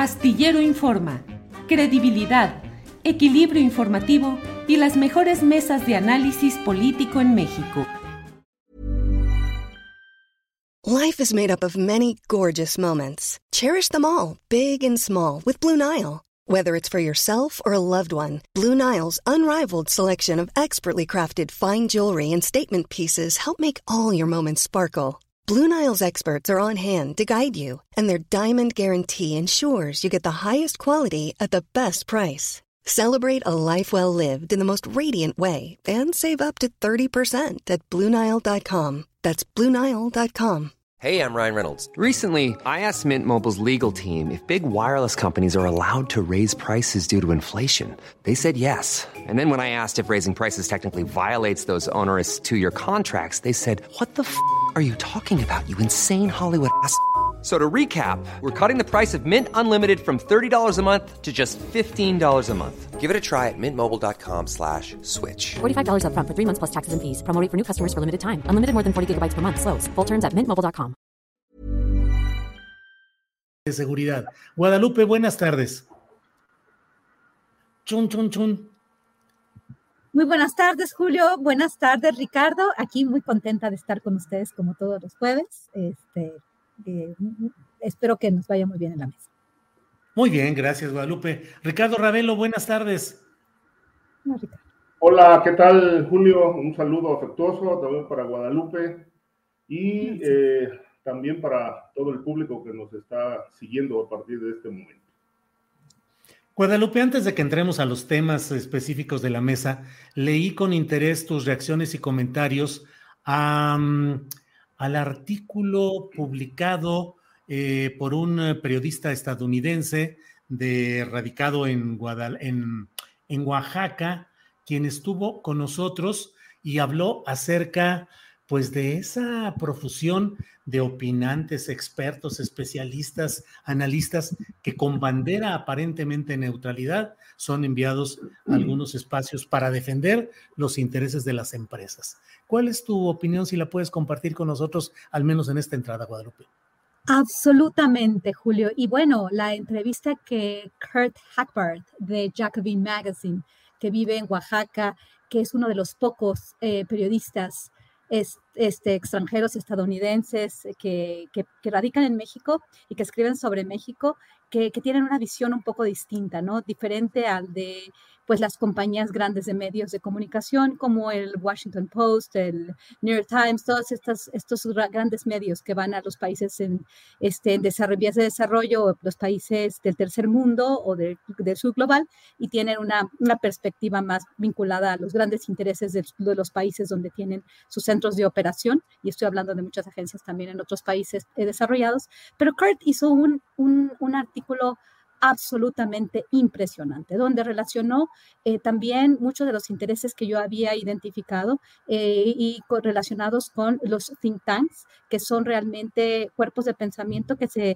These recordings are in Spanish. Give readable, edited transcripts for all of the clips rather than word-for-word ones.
Astillero Informa, credibilidad, equilibrio informativo y las mejores mesas de análisis político en México. Life is made up of many gorgeous moments. Cherish them all, big and small, with Blue Nile. Whether it's for yourself or a loved one, Blue Nile's unrivaled selection of expertly crafted fine jewelry and statement pieces help make all your moments sparkle. Blue Nile's experts are on hand to guide you, and their diamond guarantee ensures you get the highest quality at the best price. Celebrate a life well lived in the most radiant way and save up to 30% at BlueNile.com. That's BlueNile.com. Hey, I'm Ryan Reynolds. Recently, I asked Mint Mobile's legal team if big wireless companies are allowed to raise prices due to inflation. They said yes. And then when I asked if raising prices technically violates those onerous two-year contracts, they said, "What the f*** are you talking about, you insane Hollywood ass?" So to recap, we're cutting the price of Mint Unlimited from $30 a month to just $15 a month. Give it a try at mintmobile.com/switch. $45 up front for 3 months plus taxes and fees. Promo rate for new customers for limited time. Unlimited more than 40 gigabytes per month. Slows full terms at mintmobile.com. De seguridad. Guadalupe, buenas tardes. Chun, chun, chun. Muy buenas tardes, Julio. Buenas tardes, Ricardo. Aquí muy contenta de estar con ustedes como todos los jueves. Espero que nos vaya muy bien en la mesa. Muy bien, gracias, Guadalupe. Ricardo Ravelo, buenas tardes. No, Ricardo. Hola, ¿qué tal, Julio? Un saludo afectuoso también para Guadalupe y también para todo el público que nos está siguiendo a partir de este momento. Guadalupe, antes de que entremos a los temas específicos de la mesa, leí con interés tus reacciones y comentarios al artículo publicado por un periodista estadounidense radicado en Oaxaca, quien estuvo con nosotros y habló acerca pues de esa profusión de opinantes, expertos, especialistas, analistas que con bandera aparentemente neutralidad son enviados a algunos espacios para defender los intereses de las empresas. ¿Cuál es tu opinión, si la puedes compartir con nosotros, al menos en esta entrada, Guadalupe? Absolutamente, Julio. Y bueno, la entrevista que Kurt Hackbarth de Jacobin Magazine, que vive en Oaxaca, que es uno de los pocos periodistas extranjeros estadounidenses que radican en México y que escriben sobre México, que tienen una visión un poco distinta, ¿no? Diferente al de pues las compañías grandes de medios de comunicación como el Washington Post, el New York Times, todos estos grandes medios que van a los países en vías de desarrollo, los países del tercer mundo o del sur global, y tienen una perspectiva más vinculada a los grandes intereses de los países donde tienen sus centros de operación, y estoy hablando de muchas agencias también en otros países desarrollados. Pero Kurt hizo un artículo absolutamente impresionante, donde relacionó también muchos de los intereses que yo había identificado relacionados con los think tanks, que son realmente cuerpos de pensamiento que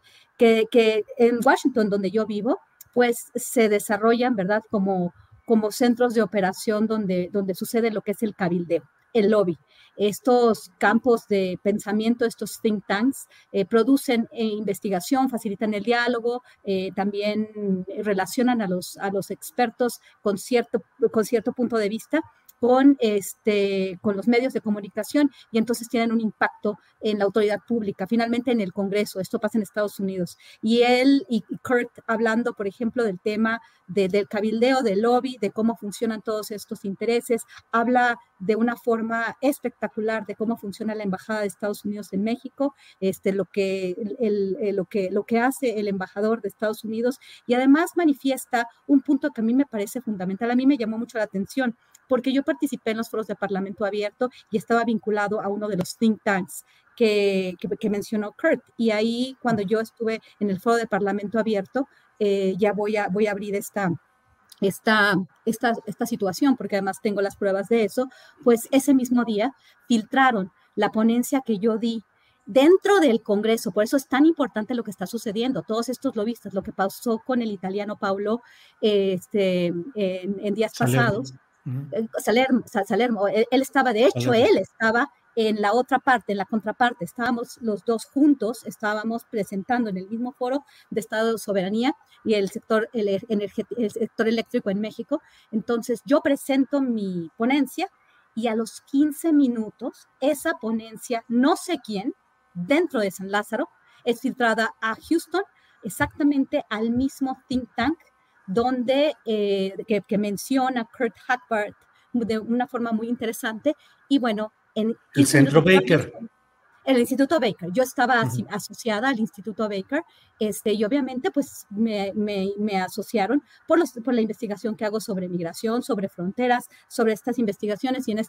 en Washington, donde yo vivo, pues se desarrollan, ¿verdad?, como centros de operación donde sucede lo que es el cabildeo, el lobby. Estos campos de pensamiento, estos think tanks, producen investigación, facilitan el diálogo, también relacionan a los expertos con cierto punto de vista con los medios de comunicación, y entonces tienen un impacto en la autoridad pública, finalmente en el Congreso. Esto pasa en Estados Unidos. Y Kurt, hablando, por ejemplo, del tema del cabildeo, del lobby, de cómo funcionan todos estos intereses, habla de una forma espectacular de cómo funciona la Embajada de Estados Unidos en México, lo que hace el embajador de Estados Unidos, y además manifiesta un punto que a mí me parece fundamental. A mí me llamó mucho la atención, porque yo participé en los foros de Parlamento Abierto y estaba vinculado a uno de los think tanks que mencionó Kurt. Y ahí, cuando yo estuve en el foro de Parlamento Abierto, ya voy a abrir esta situación, porque además tengo las pruebas de eso, pues ese mismo día filtraron la ponencia que yo di dentro del Congreso. Por eso es tan importante lo que está sucediendo, todos estos lobistas, lo que pasó con el italiano Paolo en días pasados. Salermo, él estaba, de hecho, él estaba en la otra parte, en la contraparte, estábamos los dos juntos, estábamos presentando en el mismo foro de Estado de Soberanía y el sector eléctrico en México. Entonces, yo presento mi ponencia y a los 15 minutos, esa ponencia, no sé quién, dentro de San Lázaro, es filtrada a Houston, exactamente al mismo think tank donde, que menciona Kurt Hackbarth de una forma muy interesante. Y bueno, en el Centro Baker. El Instituto Baker. Yo estaba asociada al Instituto Baker, y obviamente pues me asociaron por la investigación que hago sobre migración, sobre fronteras, sobre estas investigaciones, y en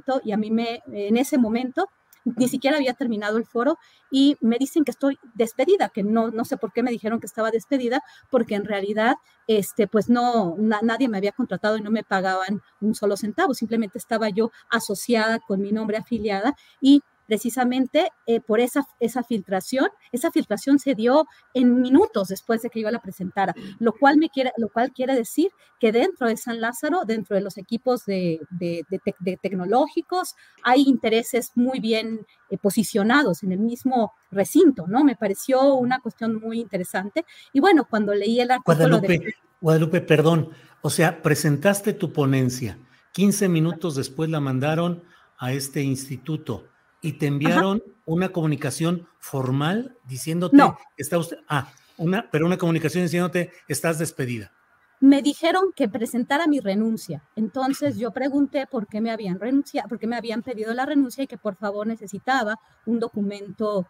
ese momento ni siquiera había terminado el foro y me dicen que estoy despedida, que no sé por qué me dijeron que estaba despedida, porque en realidad pues nadie me había contratado y no me pagaban un solo centavo, simplemente estaba yo asociada con mi nombre afiliada, y precisamente por esa filtración se dio en minutos después de que yo la presentara, lo cual quiere decir que dentro de San Lázaro, dentro de los equipos de tecnológicos, hay intereses muy bien posicionados en el mismo recinto, ¿no? Me pareció una cuestión muy interesante. Y bueno, cuando leí el artículo Guadalupe, perdón, o sea, presentaste tu ponencia, 15 minutos después la mandaron a este instituto y te enviaron una comunicación formal diciéndote, no. Está usted, pero una comunicación diciéndote, estás despedida. Me dijeron que presentara mi renuncia. Entonces yo pregunté por qué me habían pedido la renuncia y que por favor necesitaba un documento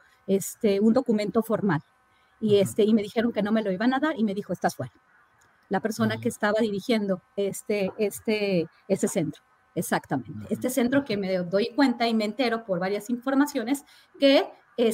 formal. Y me dijeron que no me lo iban a dar y me dijo, estás fuera. La persona que estaba dirigiendo este centro. Exactamente. Este centro que me doy cuenta y me entero por varias informaciones que,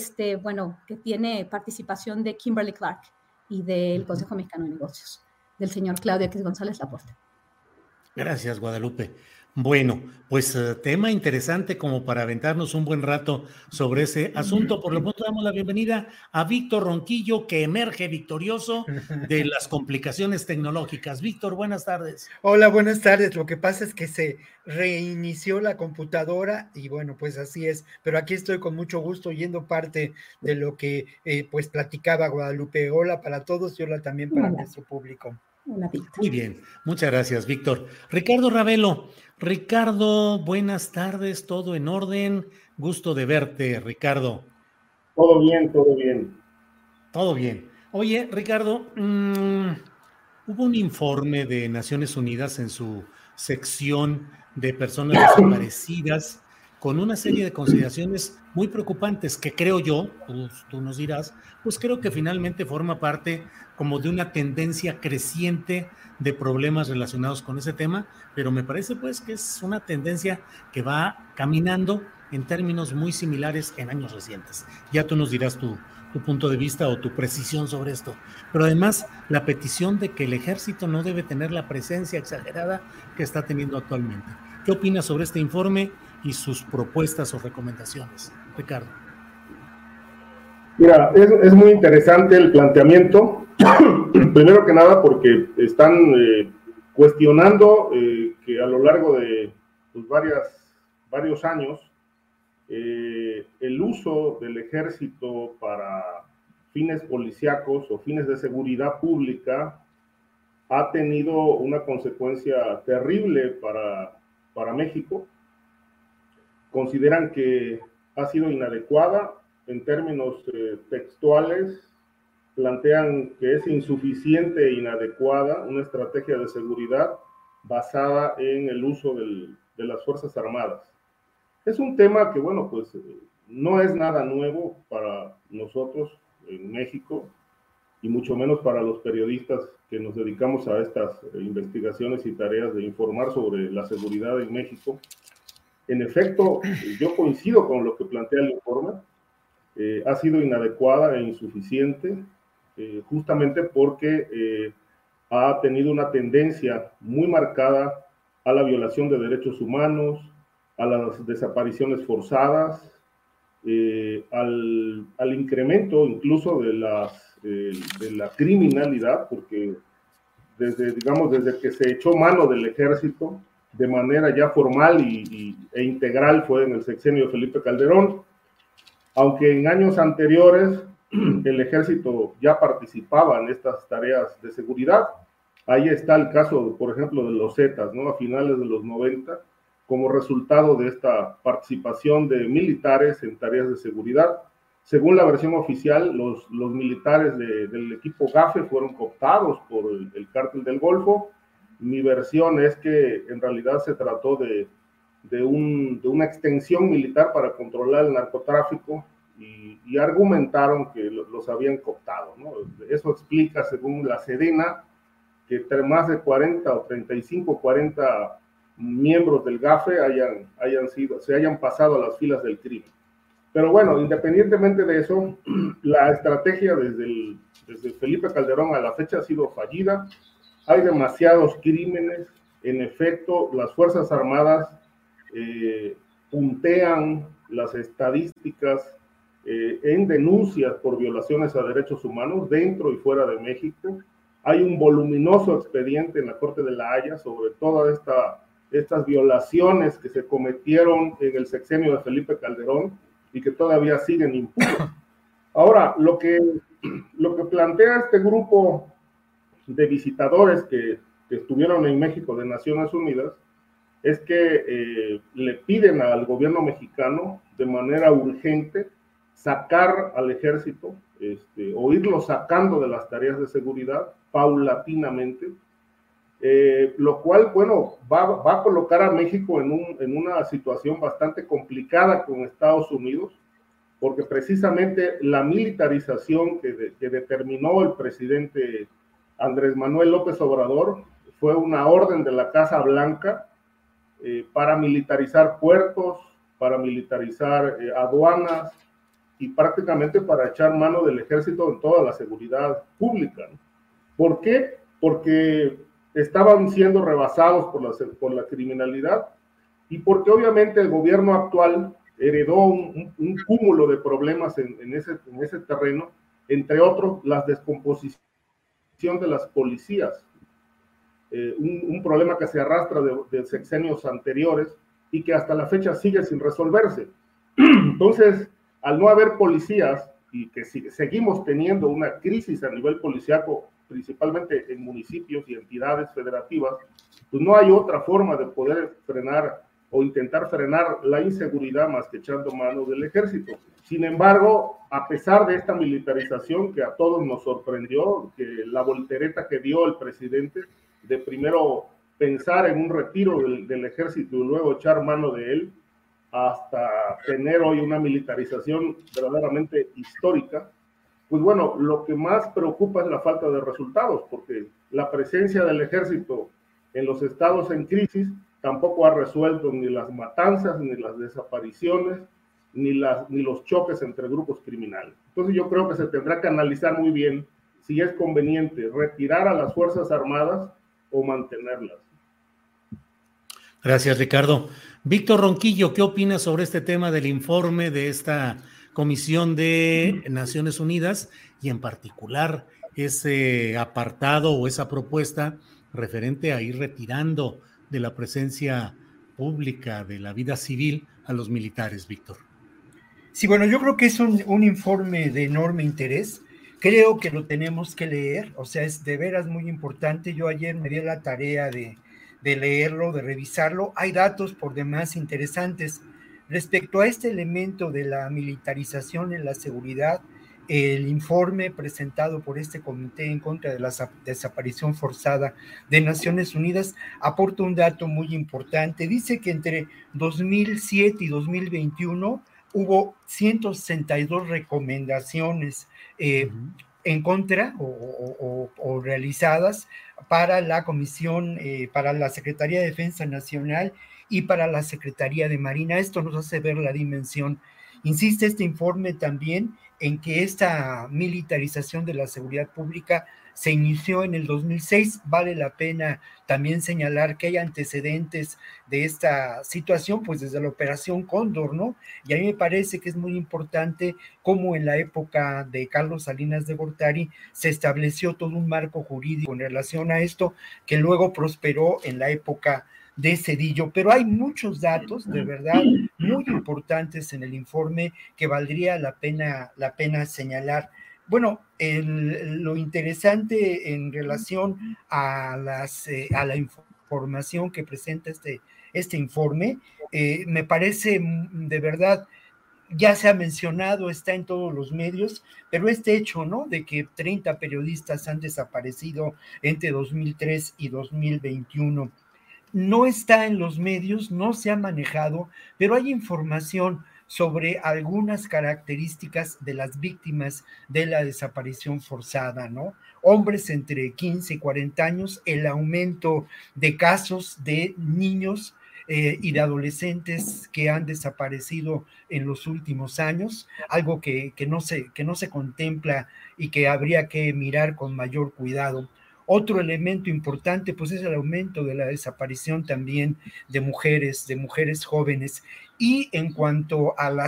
que tiene participación de Kimberly Clark y del Consejo Mexicano de Negocios, del señor Claudio X González Laporte. Gracias, Guadalupe. Bueno, pues tema interesante como para aventarnos un buen rato sobre ese asunto. Por lo pronto damos la bienvenida a Víctor Ronquillo, que emerge victorioso de las complicaciones tecnológicas. Víctor, buenas tardes. Hola, buenas tardes. Lo que pasa es que se reinició la computadora y bueno, pues así es. Pero aquí estoy con mucho gusto oyendo parte de lo que pues platicaba Guadalupe. Hola para todos y hola también para nuestro público. Muy bien, muchas gracias, Víctor. Ricardo Ravelo. Ricardo, buenas tardes, todo en orden. Gusto de verte, Ricardo. Todo bien, todo bien. Todo bien. Oye, Ricardo, hubo un informe de Naciones Unidas en su sección de personas desaparecidas con una serie de consideraciones muy preocupantes que creo yo, tú nos dirás, pues creo que finalmente forma parte como de una tendencia creciente de problemas relacionados con ese tema, pero me parece pues que es una tendencia que va caminando en términos muy similares en años recientes. Ya tú nos dirás tu punto de vista o tu precisión sobre esto. Pero además, la petición de que el ejército no debe tener la presencia exagerada que está teniendo actualmente. ¿Qué opinas sobre este informe y sus propuestas o recomendaciones, Ricardo? Mira, es muy interesante el planteamiento. Primero que nada porque están cuestionando que a lo largo de pues, varios años el uso del ejército para fines policíacos o fines de seguridad pública ha tenido una consecuencia terrible para México. Consideran que ha sido inadecuada en términos textuales, plantean que es insuficiente e inadecuada una estrategia de seguridad basada en el uso de las Fuerzas Armadas. Es un tema que, bueno, pues no es nada nuevo para nosotros en México y mucho menos para los periodistas que nos dedicamos a estas investigaciones y tareas de informar sobre la seguridad en México. En efecto, yo coincido con lo que plantea el informe. Ha sido inadecuada e insuficiente, justamente porque ha tenido una tendencia muy marcada a la violación de derechos humanos, a las desapariciones forzadas, al incremento incluso de la criminalidad, porque desde que se echó mano del ejército, de manera ya formal e integral fue en el sexenio de Felipe Calderón, aunque en años anteriores el ejército ya participaba en estas tareas de seguridad. Ahí está el caso, por ejemplo, de los Zetas, ¿no? A finales de los 90, como resultado de esta participación de militares en tareas de seguridad. Según la versión oficial, los militares del equipo GAFE fueron cooptados por el Cártel del Golfo. Mi versión es que en realidad se trató de una extensión militar para controlar el narcotráfico y argumentaron que los habían cooptado, ¿no? Eso explica, según la Sedena, que más de 40 o 35, 40 miembros del GAFE se hayan pasado a las filas del crimen. Pero bueno, independientemente de eso, la estrategia desde Felipe Calderón a la fecha ha sido fallida. Hay demasiados crímenes. En efecto, las Fuerzas Armadas puntean las estadísticas en denuncias por violaciones a derechos humanos dentro y fuera de México. Hay un voluminoso expediente en la Corte de la Haya sobre todas estas violaciones que se cometieron en el sexenio de Felipe Calderón y que todavía siguen impunes. Ahora, lo que plantea este grupo de visitadores que estuvieron en México de Naciones Unidas es que le piden al gobierno mexicano de manera urgente sacar al ejército, o irlo sacando de las tareas de seguridad paulatinamente, lo cual, bueno, va a colocar a México en una situación bastante complicada con Estados Unidos, porque precisamente la militarización que determinó el presidente Andrés Manuel López Obrador fue una orden de la Casa Blanca para militarizar puertos, para militarizar aduanas y prácticamente para echar mano del ejército en toda la seguridad pública, ¿no? ¿Por qué? Porque estaban siendo rebasados por la criminalidad y porque obviamente el gobierno actual heredó un cúmulo de problemas en ese terreno, entre otros la descomposición de las policías, un problema que se arrastra de sexenios anteriores y que hasta la fecha sigue sin resolverse. Entonces, al no haber policías y que seguimos teniendo una crisis a nivel policíaco, principalmente en municipios y entidades federativas, pues no hay otra forma de poder frenar o intentar frenar la inseguridad más que echando mano del ejército. Sin embargo, a pesar de esta militarización que a todos nos sorprendió, que la voltereta que dio el presidente de primero pensar en un retiro del ejército y luego echar mano de él, hasta tener hoy una militarización verdaderamente histórica, pues bueno, lo que más preocupa es la falta de resultados, porque la presencia del ejército en los estados en crisis tampoco ha resuelto ni las matanzas, ni las desapariciones, ni los choques entre grupos criminales. Entonces yo creo que se tendrá que analizar muy bien si es conveniente retirar a las Fuerzas Armadas o mantenerlas. Gracias, Ricardo. Víctor Ronquillo, ¿qué opinas sobre este tema del informe de esta Comisión de Naciones Unidas y en particular ese apartado o esa propuesta referente a ir retirando de la presencia pública de la vida civil a los militares, Víctor? Sí, bueno, yo creo que es un informe de enorme interés. Creo que lo tenemos que leer, o sea, es de veras muy importante. Yo ayer me di la tarea de leerlo, de revisarlo. Hay datos por demás interesantes. Respecto a este elemento de la militarización en la seguridad, el informe presentado por este Comité en contra de la Desaparición Forzada de Naciones Unidas aporta un dato muy importante. Dice que entre 2007 y 2021 hubo 162 recomendaciones en contra o realizadas para la Comisión, para la Secretaría de Defensa Nacional y para la Secretaría de Marina. Esto nos hace ver la dimensión. Insiste este informe también en que esta militarización de la seguridad pública se inició en el 2006. Vale la pena también señalar que hay antecedentes de esta situación, pues desde la Operación Cóndor, ¿no? Y a mí me parece que es muy importante cómo en la época de Carlos Salinas de Gortari se estableció todo un marco jurídico en relación a esto, que luego prosperó en la época de Zedillo, pero hay muchos datos de verdad muy importantes en el informe que valdría la pena señalar. Bueno, lo interesante en relación a la información que presenta este informe, me parece de verdad, ya se ha mencionado, está en todos los medios, pero este hecho, ¿no?, de que 30 periodistas han desaparecido entre 2003 y 2021, no está en los medios, no se ha manejado, pero hay información sobre algunas características de las víctimas de la desaparición forzada, ¿no? Hombres entre 15 y 40 años, el aumento de casos de niños y de adolescentes que han desaparecido en los últimos años, algo que no se contempla y que habría que mirar con mayor cuidado. Otro elemento importante, pues, es el aumento de la desaparición también de mujeres jóvenes. Y en cuanto a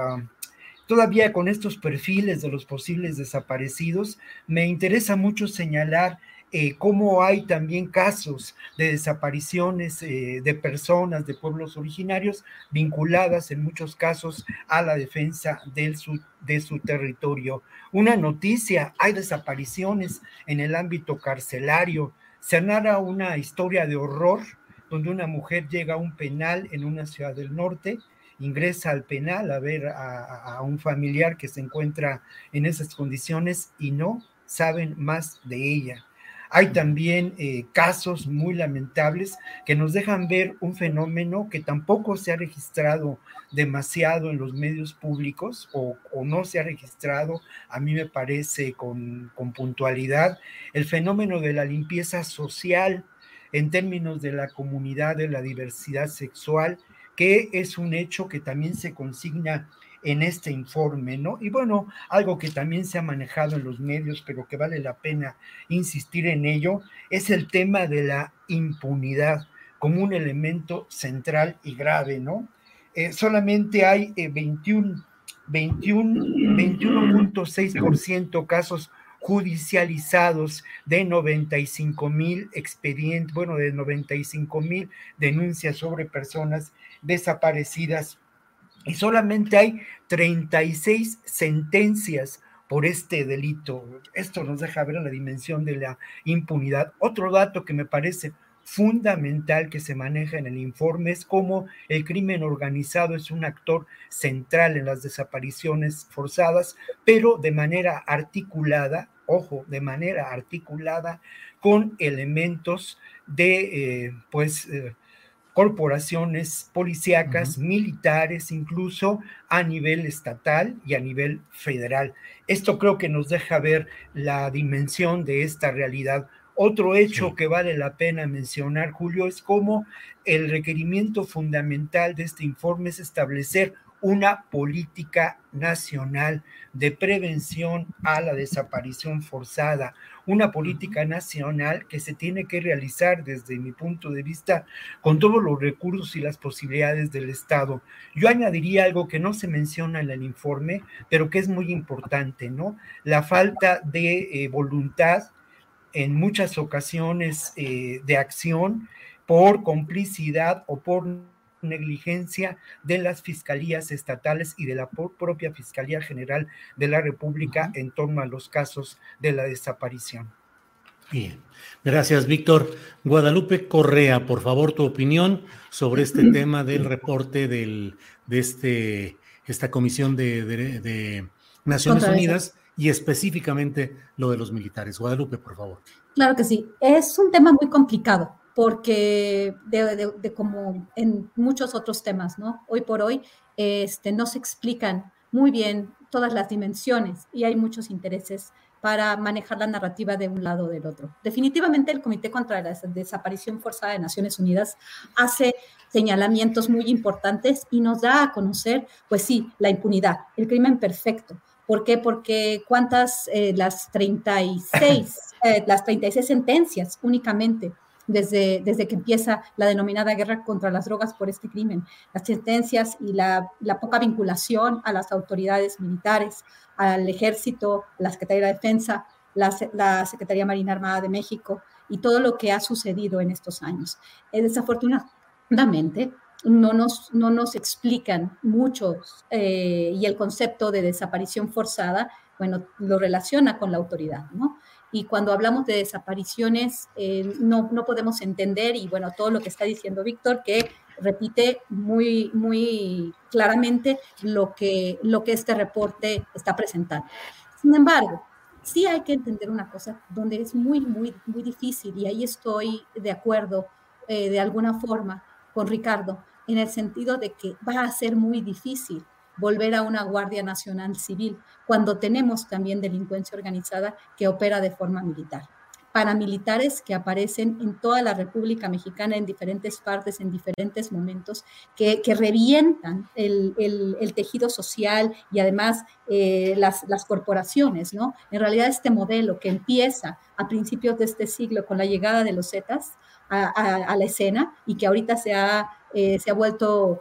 todavía con estos perfiles de los posibles desaparecidos, me interesa mucho señalar cómo hay también casos de desapariciones de personas de pueblos originarios vinculadas en muchos casos a la defensa de su territorio. Una noticia, hay desapariciones en el ámbito carcelario. Se narra una historia de horror donde una mujer llega a un penal en una ciudad del norte, ingresa al penal a ver a un familiar que se encuentra en esas condiciones y no saben más de ella. Hay también casos muy lamentables que nos dejan ver un fenómeno que tampoco se ha registrado demasiado en los medios públicos o no se ha registrado, a mí me parece, con puntualidad, el fenómeno de la limpieza social en términos de la comunidad de la diversidad sexual, que es un hecho que también se consigna en este informe, ¿no? Y bueno, algo que también se ha manejado en los medios, pero que vale la pena insistir en ello, es el tema de la impunidad como un elemento central y grave, ¿no? Solamente hay 21.6% casos judicializados de 95,000 expedientes, bueno, de 95,000 denuncias sobre personas desaparecidas, y solamente hay 36 sentencias por este delito. Esto nos deja ver la dimensión de la impunidad. Otro dato que me parece fundamental que se maneja en el informe es cómo el crimen organizado es un actor central en las desapariciones forzadas, pero de manera articulada, de manera articulada con elementos de, corporaciones policíacas, militares, incluso a nivel estatal y a nivel federal. Esto creo que nos deja ver la dimensión de esta realidad. Otro hecho que vale la pena mencionar, Julio, es cómo el requerimiento fundamental de este informe es establecer una política nacional de prevención a la desaparición forzada, una política nacional que se tiene que realizar desde mi punto de vista con todos los recursos y las posibilidades del Estado. Yo añadiría algo que no se menciona en el informe, pero que es muy importante, ¿no? La falta de voluntad en muchas ocasiones de acción por complicidad o por negligencia de las fiscalías estatales y de la propia Fiscalía General de la República en torno a los casos de la desaparición. Bien, gracias, Víctor. Guadalupe Correa, por favor, tu opinión sobre este tema del reporte de esta Comisión de Naciones Unidas y específicamente lo de los militares. Guadalupe, por favor. Claro que sí. Es un tema muy complicado porque como en muchos otros temas, ¿no? Hoy por hoy no se explican muy bien todas las dimensiones y hay muchos intereses para manejar la narrativa de un lado o del otro. Definitivamente el Comité contra la Desaparición Forzada de Naciones Unidas hace señalamientos muy importantes y nos da a conocer, pues sí, la impunidad, el crimen perfecto. ¿Por qué? Porque las 36 sentencias únicamente desde que empieza la denominada guerra contra las drogas por este crimen, las sentencias y la poca vinculación a las autoridades militares, al ejército, la Secretaría de Defensa, la Secretaría Marina Armada de México y todo lo que ha sucedido en estos años. Fundamentalmente, no nos explican mucho y el concepto de desaparición forzada, bueno, lo relaciona con la autoridad, ¿no? Y cuando hablamos de desapariciones, no podemos entender, y bueno, todo lo que está diciendo Víctor, que repite muy claramente lo que este reporte está presentando. Sin embargo, sí hay que entender una cosa donde es muy difícil, y ahí estoy de acuerdo de alguna forma con Ricardo, en el sentido de que va a ser muy difícil volver a una Guardia Nacional Civil cuando tenemos también delincuencia organizada que opera de forma militar. Paramilitares que aparecen en toda la República Mexicana, en diferentes partes, en diferentes momentos, que revientan el tejido social y además las corporaciones, ¿no? En realidad este modelo que empieza a principios de este siglo con la llegada de los Zetas a la escena y que ahorita se ha vuelto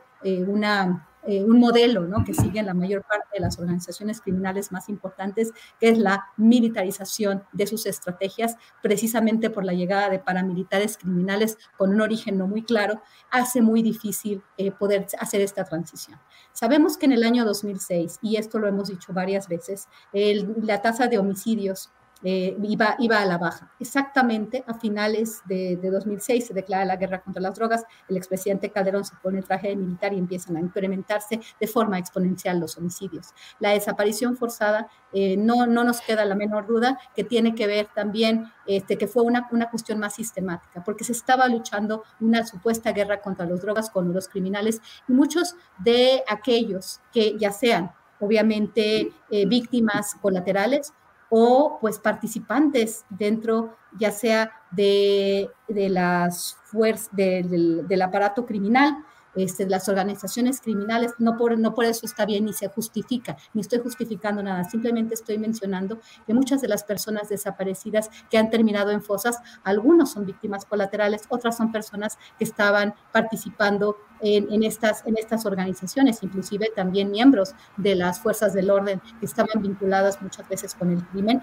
un modelo, ¿no?, que siguen la mayor parte de las organizaciones criminales más importantes, que es la militarización de sus estrategias, precisamente por la llegada de paramilitares criminales con un origen no muy claro, hace muy difícil poder hacer esta transición. Sabemos que en el año 2006, y esto lo hemos dicho varias veces, la tasa de homicidios iba a la baja. Exactamente a finales de 2006 se declara la guerra contra las drogas, el expresidente Calderón se pone el traje de militar y empiezan a incrementarse de forma exponencial los homicidios. La desaparición forzada, no nos queda la menor duda que tiene que ver también, que fue una cuestión más sistemática, porque se estaba luchando una supuesta guerra contra las drogas con los criminales, y muchos de aquellos que ya sean, obviamente, víctimas colaterales o pues participantes dentro ya sea de las fuerzas del aparato criminal, las organizaciones criminales, no por eso está bien ni se justifica, ni estoy justificando nada, simplemente estoy mencionando que muchas de las personas desaparecidas que han terminado en fosas, algunos son víctimas colaterales, otras son personas que estaban participando en estas organizaciones, inclusive también miembros de las fuerzas del orden que estaban vinculadas muchas veces con el crimen,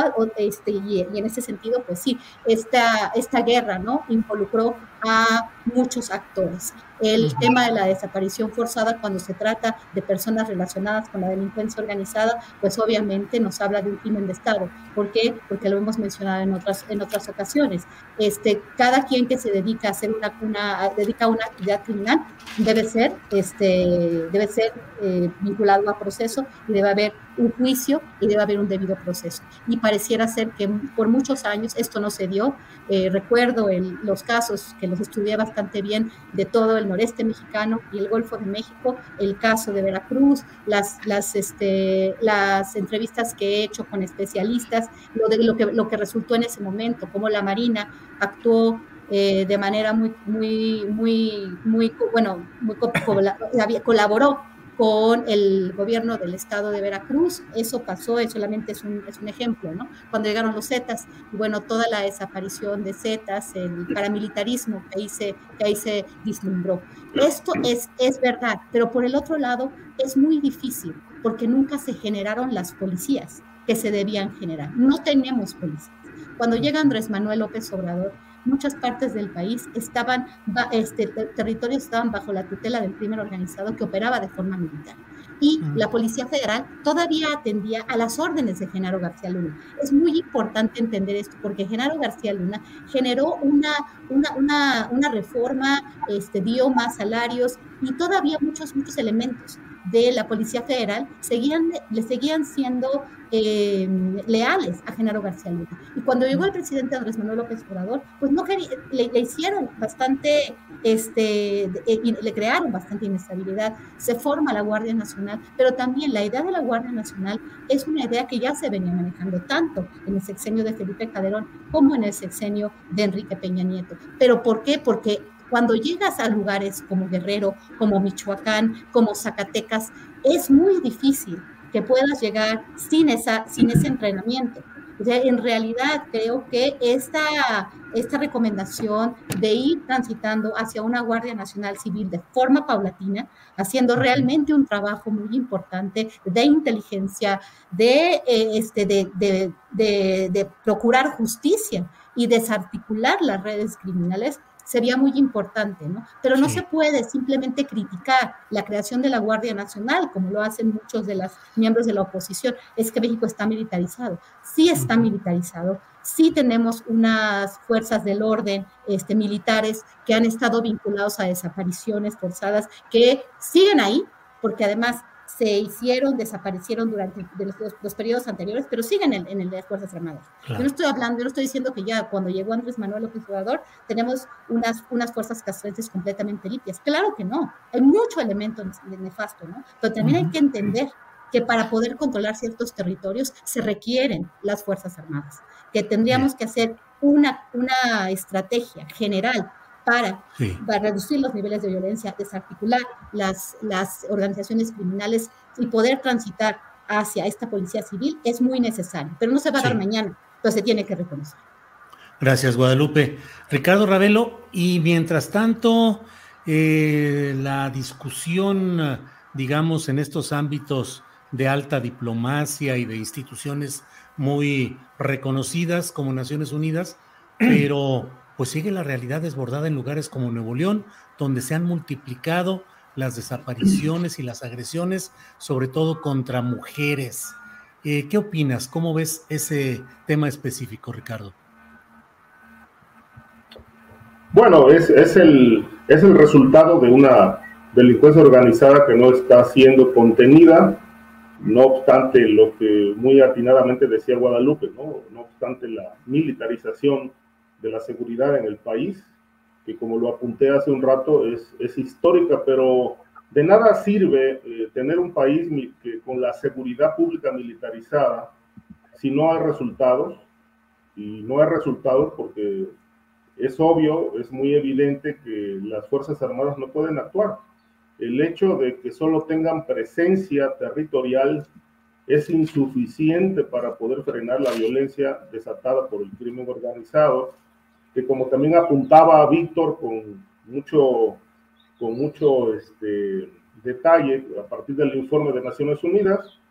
y en ese sentido, pues sí, esta guerra, ¿no?, involucró a muchos actores. El tema de la desaparición forzada, cuando se trata de personas relacionadas con la delincuencia organizada, pues obviamente nos habla de un crimen de Estado. ¿Por qué? Porque lo hemos mencionado en otras ocasiones. Cada quien que se dedica a hacer dedica a una actividad criminal debe ser vinculado a proceso, y debe haber un juicio y debe haber un debido proceso. Y pareciera ser que por muchos años esto no se dio. Recuerdo los casos que los estudié bastante bien de todo el noreste mexicano y el Golfo de México, el caso de Veracruz, las entrevistas que he hecho con especialistas, lo que resultó en ese momento, cómo la Marina actuó de manera colaboró con el gobierno del estado de Veracruz. Eso pasó, solamente es un ejemplo, ¿no? Cuando llegaron los Zetas, y bueno, toda la desaparición de Zetas, el paramilitarismo que ahí se vislumbró. Esto es verdad, pero por el otro lado es muy difícil, porque nunca se generaron las policías que se debían generar. No tenemos policías. Cuando llega Andrés Manuel López Obrador, muchas partes del país territorios estaban bajo la tutela del crimen organizado que operaba de forma militar. Y la Policía Federal todavía atendía a las órdenes de Genaro García Luna. Es muy importante entender esto, porque Genaro García Luna generó una reforma, dio más salarios, y todavía muchos elementos de la Policía Federal le seguían siendo leales a Genaro García Luna. Y cuando llegó el presidente Andrés Manuel López Obrador, pues le hicieron bastante, le crearon bastante inestabilidad. Se forma la Guardia Nacional, pero también la idea de la Guardia Nacional es una idea que ya se venía manejando tanto en el sexenio de Felipe Calderón como en el sexenio de Enrique Peña Nieto. ¿Pero por qué? Porque cuando llegas a lugares como Guerrero, como Michoacán, como Zacatecas, es muy difícil que puedas llegar sin ese entrenamiento. O sea, en realidad creo que esta recomendación de ir transitando hacia una Guardia Nacional Civil de forma paulatina, haciendo realmente un trabajo muy importante de inteligencia, de procurar justicia y desarticular las redes criminales, sería muy importante, ¿no? Pero no Sí. se puede simplemente criticar la creación de la Guardia Nacional, como lo hacen muchos de los miembros de la oposición. Es que México está militarizado. Sí está militarizado. Sí tenemos unas fuerzas del orden militares que han estado vinculados a desapariciones forzadas, que siguen ahí, porque además desaparecieron durante los periodos anteriores, pero siguen en las Fuerzas Armadas. Claro. Yo no estoy diciendo que ya cuando llegó Andrés Manuel López Obrador tenemos unas fuerzas castrenses completamente limpias. Claro que no, hay mucho elemento nefasto, ¿no? Pero también hay que entender que para poder controlar ciertos territorios se requieren las Fuerzas Armadas, que tendríamos que hacer una estrategia general para reducir los niveles de violencia, desarticular las organizaciones criminales y poder transitar hacia esta policía civil es muy necesario, pero no se va a dar mañana, pero se tiene que reconocer. Gracias, Guadalupe. Ricardo Ravelo, y mientras tanto, la discusión, digamos, en estos ámbitos de alta diplomacia y de instituciones muy reconocidas como Naciones Unidas, pero pues sigue la realidad desbordada en lugares como Nuevo León, donde se han multiplicado las desapariciones y las agresiones, sobre todo contra mujeres. ¿Qué opinas? ¿Cómo ves ese tema específico, Ricardo? Bueno, es el resultado de una delincuencia organizada que no está siendo contenida, no obstante lo que muy atinadamente decía Guadalupe, no obstante la militarización de la seguridad en el país, que como lo apunté hace un rato es histórica, pero de nada sirve tener un país que con la seguridad pública militarizada si no hay resultados, y no hay resultados porque es obvio, es muy evidente que las Fuerzas Armadas no pueden actuar. El hecho de que solo tengan presencia territorial es insuficiente para poder frenar la violencia desatada por el crimen organizado, que como también apuntaba Víctor con mucho detalle a partir del informe de Naciones Unidas,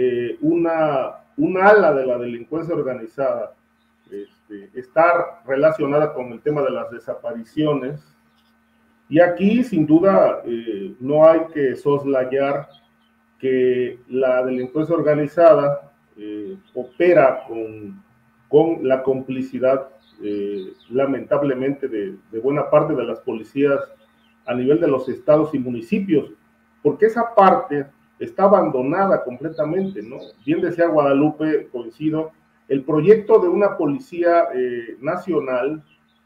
una ala de la delincuencia organizada está relacionada con el tema de las desapariciones, y aquí sin duda no hay que soslayar que la delincuencia organizada opera con la complicidad lamentablemente de buena parte de las policías a nivel de los estados y municipios, porque esa parte está abandonada completamente, ¿no? Bien decía Guadalupe, coincido, el proyecto de una policía nacional,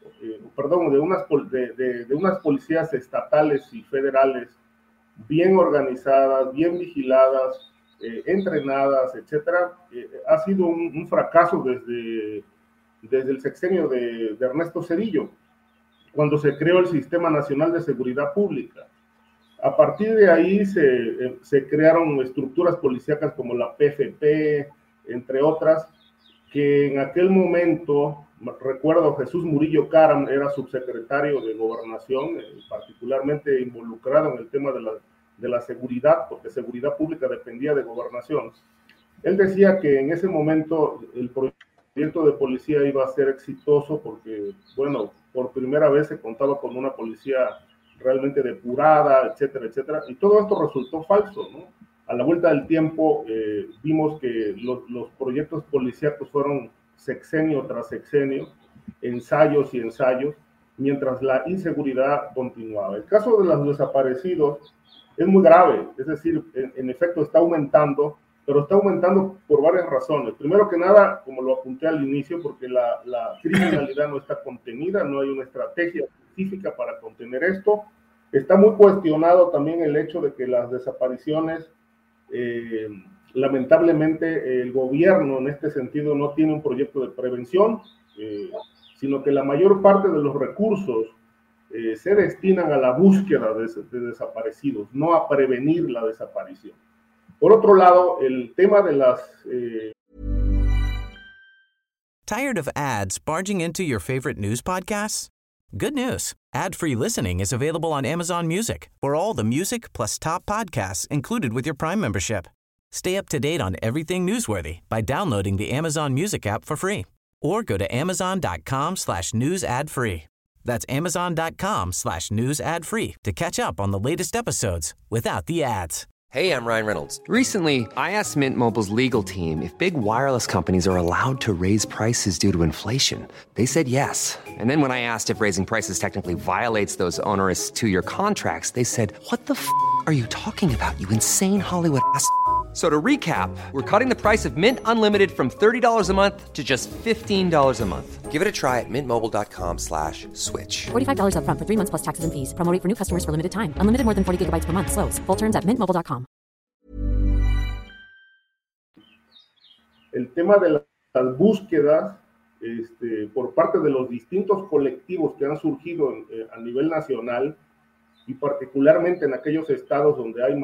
de unas policías estatales y federales bien organizadas, bien vigiladas, entrenadas, etcétera, ha sido un fracaso desde el sexenio de Ernesto Zedillo, cuando se creó el Sistema Nacional de Seguridad Pública. A partir de ahí se crearon estructuras policíacas como la PFP, entre otras, que en aquel momento, recuerdo, Jesús Murillo Caram era subsecretario de Gobernación, particularmente involucrado en el tema de la seguridad, porque seguridad pública dependía de Gobernación. Él decía que en ese momento el proyecto de policía iba a ser exitoso porque, bueno, por primera vez se contaba con una policía realmente depurada, etcétera, etcétera, y todo esto resultó falso, ¿no? A la vuelta del tiempo vimos que los proyectos policíacos fueron sexenio tras sexenio, ensayos y ensayos, mientras la inseguridad continuaba. El caso de los desaparecidos es muy grave, es decir, en efecto está aumentando, pero está aumentando por varias razones. Primero que nada, como lo apunté al inicio, porque la criminalidad no está contenida, no hay una estrategia específica para contener esto. Está muy cuestionado también el hecho de que las desapariciones, lamentablemente el gobierno en este sentido no tiene un proyecto de prevención, sino que la mayor parte de los recursos se destinan a la búsqueda de desaparecidos, no a prevenir la desaparición. Por otro lado, el tema de las... Tired of ads barging into your favorite news podcasts? Good news. Ad-free listening is available on Amazon Music for all the music plus top podcasts included with your Prime membership. Stay up to date on everything newsworthy by downloading the Amazon Music app for free or go to amazon.com/news ad free. That's amazon.com/news ad free to catch up on the latest episodes without the ads. Hey, I'm Ryan Reynolds. Recently, I asked Mint Mobile's legal team if big wireless companies are allowed to raise prices due to inflation. They said yes. And then when I asked if raising prices technically violates those onerous 2-year contracts, they said, "What the f*** are you talking about, you insane Hollywood ass?" So to recap, we're cutting the price of Mint Unlimited from $30 a month to just $15 a month. Give it a try at mintmobile.com/switch. $45 up front for 3 months plus taxes and fees. Promo rate for new customers for limited time. Unlimited more than 40 gigabytes per month. Slows full terms at mintmobile.com. El tema de las búsquedas por parte de los distintos colectivos que han surgido a nivel nacional y particularmente en aquellos estados donde hay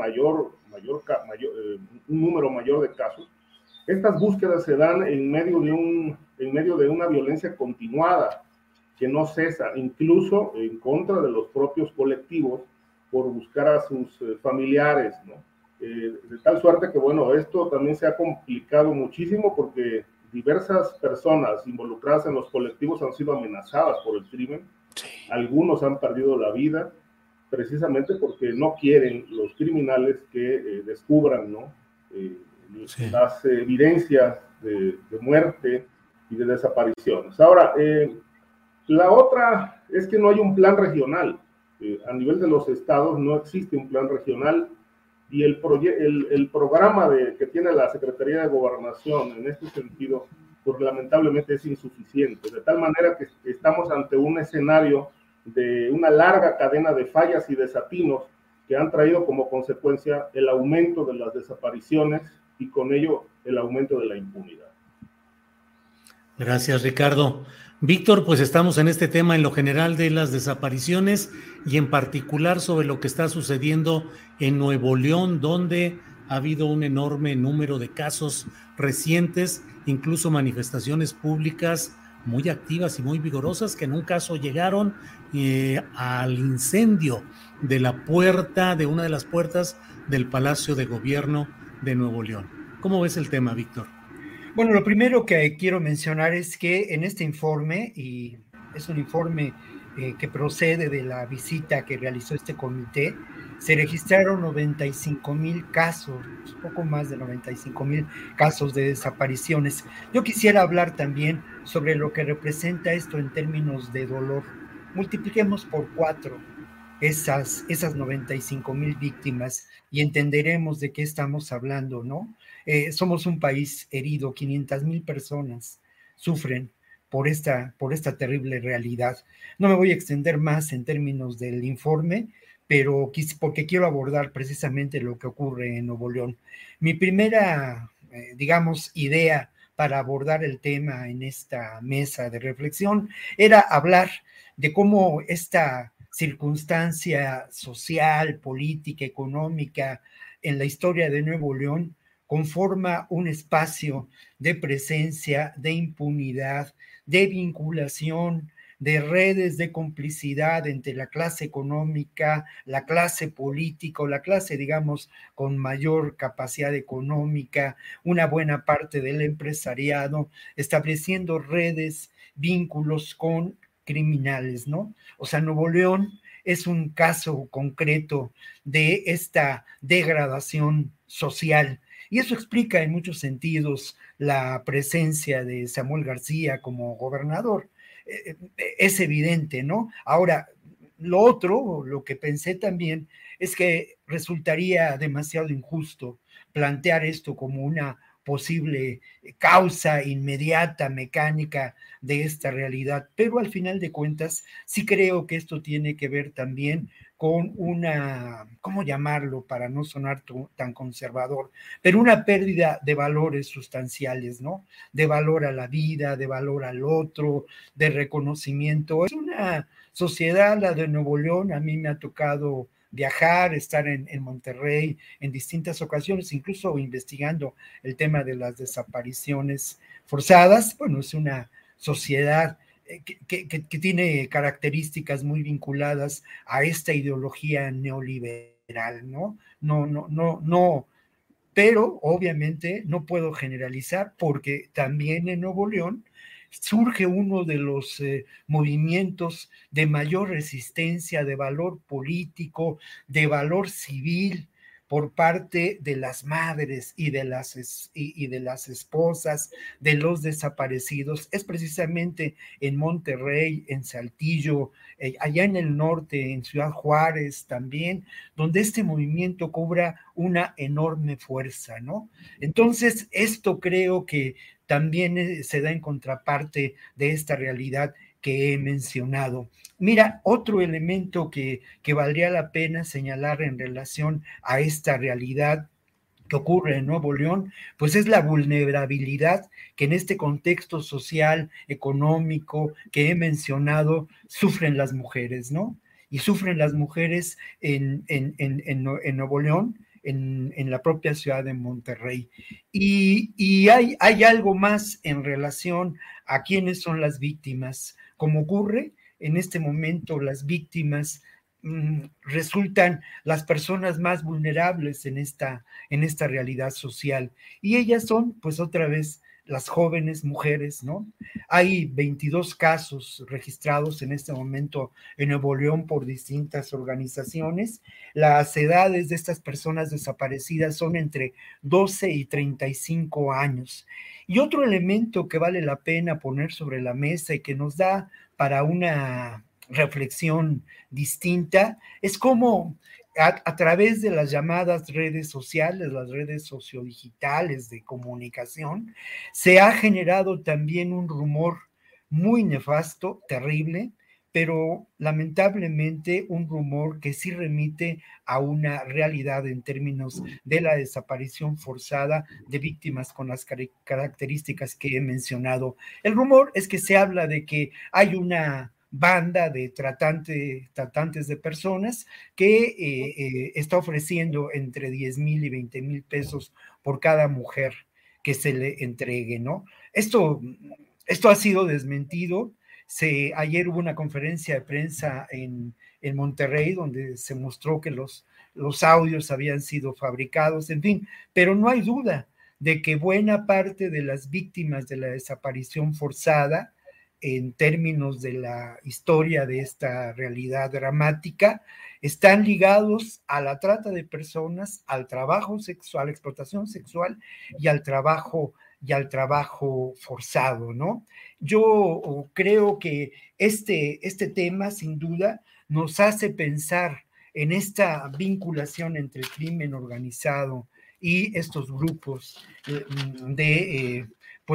un número mayor de casos, estas búsquedas se dan en medio de una violencia continuada que no cesa, incluso en contra de los propios colectivos por buscar a sus familiares, ¿no? De tal suerte que, bueno, esto también se ha complicado muchísimo porque diversas personas involucradas en los colectivos han sido amenazadas por el crimen. Sí. Algunos han perdido la vida precisamente porque no quieren los criminales que descubran, ¿no? Sí. Las evidencias de muerte y de desapariciones. Ahora, la otra es que no hay un plan regional. A nivel de los estados no existe un plan regional y el programa que tiene la Secretaría de Gobernación en este sentido, pues lamentablemente es insuficiente, de tal manera que estamos ante un escenario de una larga cadena de fallas y desatinos que han traído como consecuencia el aumento de las desapariciones y con ello el aumento de la impunidad. Gracias, Ricardo. Víctor, pues estamos en este tema en lo general de las desapariciones y en particular sobre lo que está sucediendo en Nuevo León, donde ha habido un enorme número de casos recientes, incluso manifestaciones públicas muy activas y muy vigorosas que en un caso llegaron al incendio de una de las puertas del Palacio de Gobierno de Nuevo León. ¿Cómo ves el tema, Víctor? Bueno, lo primero que quiero mencionar es que en este informe, y es un informe que procede de la visita que realizó este comité, se registraron 95,000 casos, poco más de 95,000 casos de desapariciones. Yo quisiera hablar también sobre lo que representa esto en términos de dolor. Multipliquemos por 4 esas 95,000 víctimas y entenderemos de qué estamos hablando, ¿no? Somos un país herido, 500,000 personas sufren por esta terrible realidad. No me voy a extender más en términos del informe, pero porque quiero abordar precisamente lo que ocurre en Nuevo León. Mi primera, idea para abordar el tema en esta mesa de reflexión era hablar de cómo esta circunstancia social, política, económica en la historia de Nuevo León conforma un espacio de presencia, de impunidad, de vinculación, de redes de complicidad entre la clase económica, la clase política, o la clase, con mayor capacidad económica, una buena parte del empresariado, estableciendo redes, vínculos con criminales, ¿no? O sea, Nuevo León es un caso concreto de esta degradación social. Y eso explica en muchos sentidos la presencia de Samuel García como gobernador. Es evidente, ¿no? Ahora, lo que pensé también es que resultaría demasiado injusto plantear esto como una posible causa inmediata, mecánica de esta realidad, pero al final de cuentas sí creo que esto tiene que ver también con una, ¿cómo llamarlo para no sonar tan conservador? Pero una pérdida de valores sustanciales, ¿no? De valor a la vida, de valor al otro, de reconocimiento. Es una sociedad, la de Nuevo León, a mí me ha tocado viajar, estar en Monterrey en distintas ocasiones, incluso investigando el tema de las desapariciones forzadas. Bueno, es una sociedad que tiene características muy vinculadas a esta ideología neoliberal, ¿no? No, pero obviamente no puedo generalizar porque también en Nuevo León surge uno de los movimientos de mayor resistencia, de valor político, de valor civil, por parte de las madres y de las esposas de los desaparecidos. Es precisamente en Monterrey, en Saltillo, allá en el norte, en Ciudad Juárez también, donde este movimiento cobra una enorme fuerza, ¿no? Entonces, esto creo que también se da en contraparte de esta realidad que he mencionado. Mira, otro elemento que valdría la pena señalar en relación a esta realidad que ocurre en Nuevo León, pues es la vulnerabilidad que en este contexto social, económico que he mencionado, sufren las mujeres, ¿no? Y sufren las mujeres en Nuevo León, en la propia ciudad de Monterrey. Y hay algo más en relación a quiénes son las víctimas. Como ocurre en este momento, las víctimas resultan las personas más vulnerables en esta realidad social. Y ellas son, pues otra vez, las jóvenes mujeres, ¿no? Hay 22 casos registrados en este momento en Nuevo León por distintas organizaciones. Las edades de estas personas desaparecidas son entre 12 y 35 años. Y otro elemento que vale la pena poner sobre la mesa y que nos da para una reflexión distinta es cómo a través de las llamadas redes sociales, las redes sociodigitales de comunicación, se ha generado también un rumor muy nefasto, terrible, pero lamentablemente un rumor que sí remite a una realidad en términos de la desaparición forzada de víctimas con las características que he mencionado. El rumor es que se habla de que hay una banda de tratantes de personas que está ofreciendo entre 10,000 y 20,000 pesos por cada mujer que se le entregue, ¿no? Esto ha sido desmentido. Ayer hubo una conferencia de prensa en Monterrey donde se mostró que los audios habían sido fabricados, en fin, pero no hay duda de que buena parte de las víctimas de la desaparición forzada, en términos de la historia de esta realidad dramática, están ligados a la trata de personas, al trabajo sexual, a la explotación sexual y al trabajo forzado, ¿no? Yo creo que este tema, sin duda, nos hace pensar en esta vinculación entre el crimen organizado y estos grupos de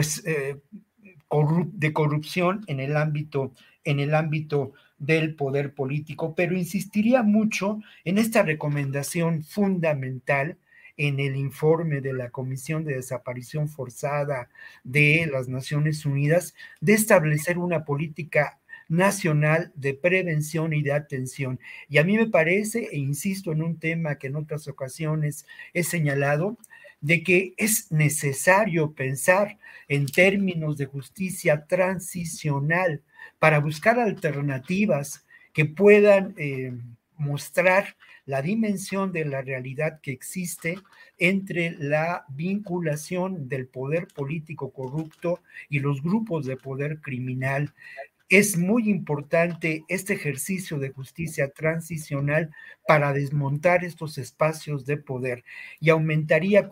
corrupción en el ámbito del poder político, pero insistiría mucho en esta recomendación fundamental en el informe de la Comisión de Desaparición Forzada de las Naciones Unidas, de establecer una política nacional de prevención y de atención. Y a mí me parece, e insisto en un tema que en otras ocasiones he señalado, de que es necesario pensar en términos de justicia transicional para buscar alternativas que puedan mostrar la dimensión de la realidad que existe entre la vinculación del poder político corrupto y los grupos de poder criminal. Es muy importante este ejercicio de justicia transicional para desmontar estos espacios de poder, y aumentaría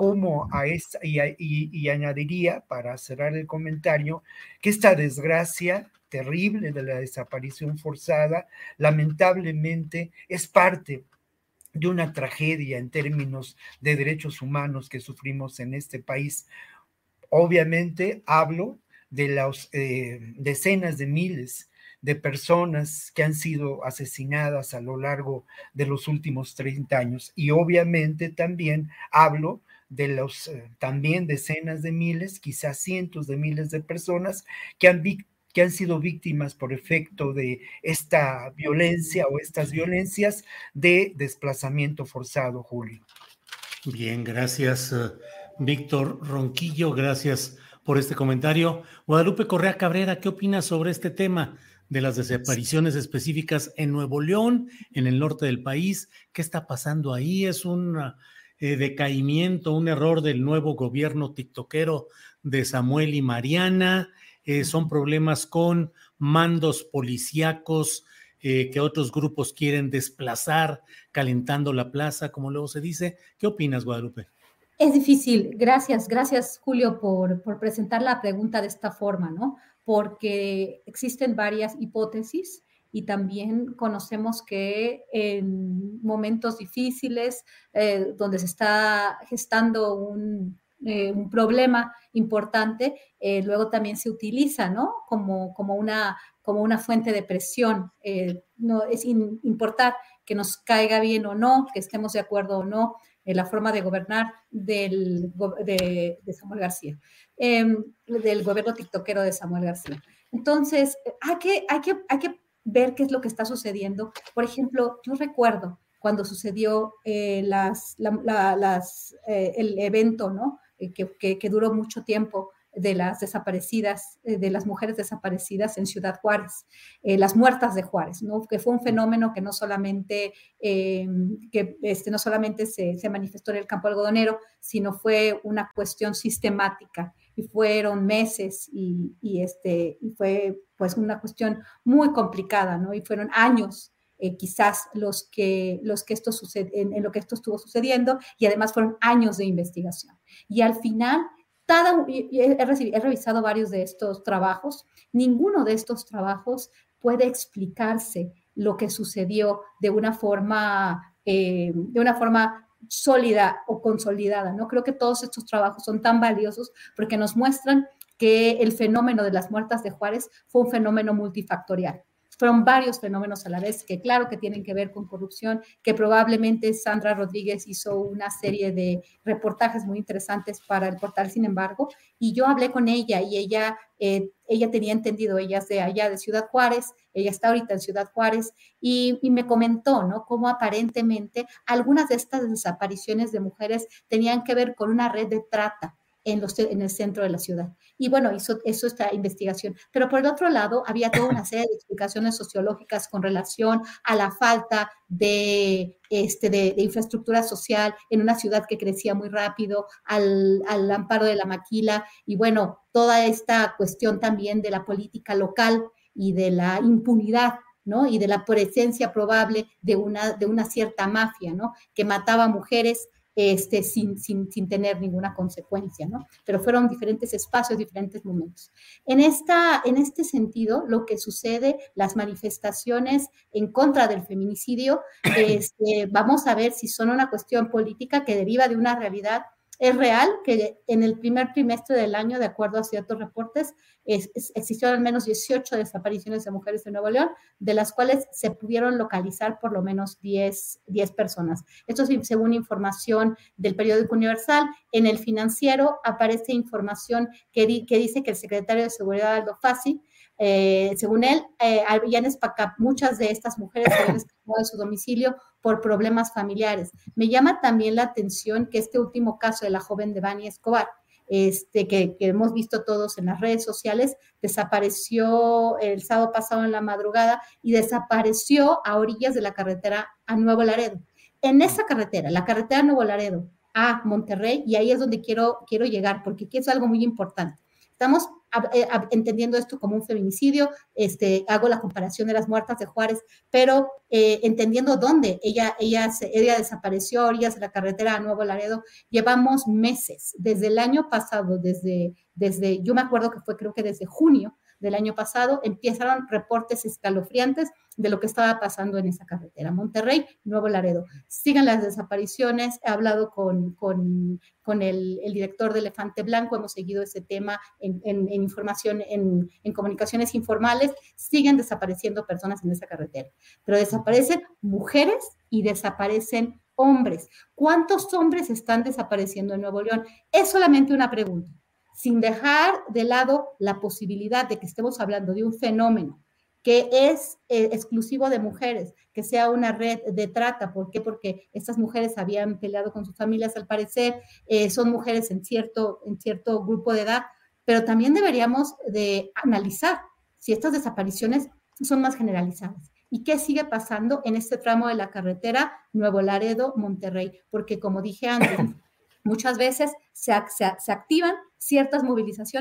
y añadiría, para cerrar el comentario, que esta desgracia terrible de la desaparición forzada lamentablemente es parte de una tragedia en términos de derechos humanos que sufrimos en este país. Obviamente hablo de las decenas de miles de personas que han sido asesinadas a lo largo de los últimos 30 años. Y obviamente también hablo de los también decenas de miles, quizás cientos de miles de personas que han sido víctimas por efecto de esta violencia o estas violencias de desplazamiento forzado, Julio. Bien, gracias, Víctor Ronquillo, gracias por este comentario. Guadalupe Correa Cabrera, ¿qué opinas sobre este tema de las desapariciones específicas en Nuevo León, en el norte del país? ¿Qué está pasando ahí? ¿Es un decaimiento, un error del nuevo gobierno tiktokero de Samuel y Mariana? son problemas con mandos policíacos que otros grupos quieren desplazar, calentando la plaza, como luego se dice. ¿Qué opinas, Guadalupe? Es difícil. Gracias, Julio, por presentar la pregunta de esta forma, ¿no? Porque existen varias hipótesis y también conocemos que en momentos difíciles, donde se está gestando un problema importante, luego también se utiliza, ¿no? Como una fuente de presión. No es importar que nos caiga bien o no, que estemos de acuerdo o no, la forma de gobernar de Samuel García, del gobierno tiktokero de Samuel García. Entonces, hay que ver qué es lo que está sucediendo. Por ejemplo, yo recuerdo cuando sucedió el evento, ¿no? Que duró mucho tiempo, de las desaparecidas, de las mujeres desaparecidas en Ciudad Juárez, las muertas de Juárez, ¿no? Que fue un fenómeno que no solamente, no solamente se manifestó en el campo algodonero, sino fue una cuestión sistemática, y fueron meses y fue pues una cuestión muy complicada, ¿no? Y fueron años quizás los que esto sucede, en lo que esto estuvo sucediendo, y además fueron años de investigación. Y al final, he revisado varios de estos trabajos. Ninguno de estos trabajos puede explicarse lo que sucedió de una forma sólida o consolidada, ¿no? Creo que todos estos trabajos son tan valiosos porque nos muestran que el fenómeno de las muertas de Juárez fue un fenómeno multifactorial. Fueron varios fenómenos a la vez que claro que tienen que ver con corrupción, que probablemente Sandra Rodríguez hizo una serie de reportajes muy interesantes para el portal Sin Embargo, y yo hablé con ella y ella tenía entendido, ella es de allá de Ciudad Juárez, ella está ahorita en Ciudad Juárez, y me comentó, ¿no? Cómo aparentemente algunas de estas desapariciones de mujeres tenían que ver con una red de trata en el centro de la ciudad. Y bueno, hizo esta investigación. Pero por el otro lado, había toda una serie de explicaciones sociológicas con relación a la falta de infraestructura social en una ciudad que crecía muy rápido, al amparo de la maquila, y bueno, toda esta cuestión también de la política local y de la impunidad, ¿no? Y de la presencia probable de una cierta mafia, ¿no? Que mataba mujeres sin tener ninguna consecuencia, ¿no? Pero fueron diferentes espacios, diferentes momentos. En este sentido, lo que sucede, las manifestaciones en contra del feminicidio, vamos a ver si son una cuestión política que deriva de una realidad. Es real que en el primer trimestre del año, de acuerdo a ciertos reportes, existieron al menos 18 desapariciones de mujeres en Nuevo León, de las cuales se pudieron localizar por lo menos 10 personas. Esto es según información del periódico Universal. En el Financiero aparece información que dice que el secretario de Seguridad, Aldo Fassi, según él, habían muchas de estas mujeres habían escapado de su domicilio por problemas familiares. Me llama también la atención que este último caso de la joven Devani Escobar, que hemos visto todos en las redes sociales, desapareció el sábado pasado en la madrugada y desapareció a orillas de la carretera a Nuevo Laredo. En esa carretera, la carretera Nuevo Laredo a Monterrey, y ahí es donde quiero llegar, porque aquí es algo muy importante. Estamos entendiendo esto como un feminicidio, hago la comparación de las muertas de Juárez, pero entendiendo dónde ella desapareció a orillas de la carretera a Nuevo Laredo. Llevamos meses, desde el año pasado, yo me acuerdo que fue creo que desde junio del año pasado, empezaron reportes escalofriantes de lo que estaba pasando en esa carretera, Monterrey, Nuevo Laredo. Sigan las desapariciones, he hablado con el director de Elefante Blanco, hemos seguido ese tema en información, en comunicaciones informales, siguen desapareciendo personas en esa carretera, pero desaparecen mujeres y desaparecen hombres. ¿Cuántos hombres están desapareciendo en Nuevo León? Es solamente una pregunta, sin dejar de lado la posibilidad de que estemos hablando de un fenómeno que es exclusivo de mujeres, que sea una red de trata. ¿Por qué? Porque estas mujeres habían peleado con sus familias, al parecer, son mujeres en cierto grupo de edad, pero también deberíamos de analizar si estas desapariciones son más generalizadas. ¿Y qué sigue pasando en este tramo de la carretera Nuevo Laredo-Monterrey? Porque, como dije antes, muchas veces se activan ciertas movilizaciones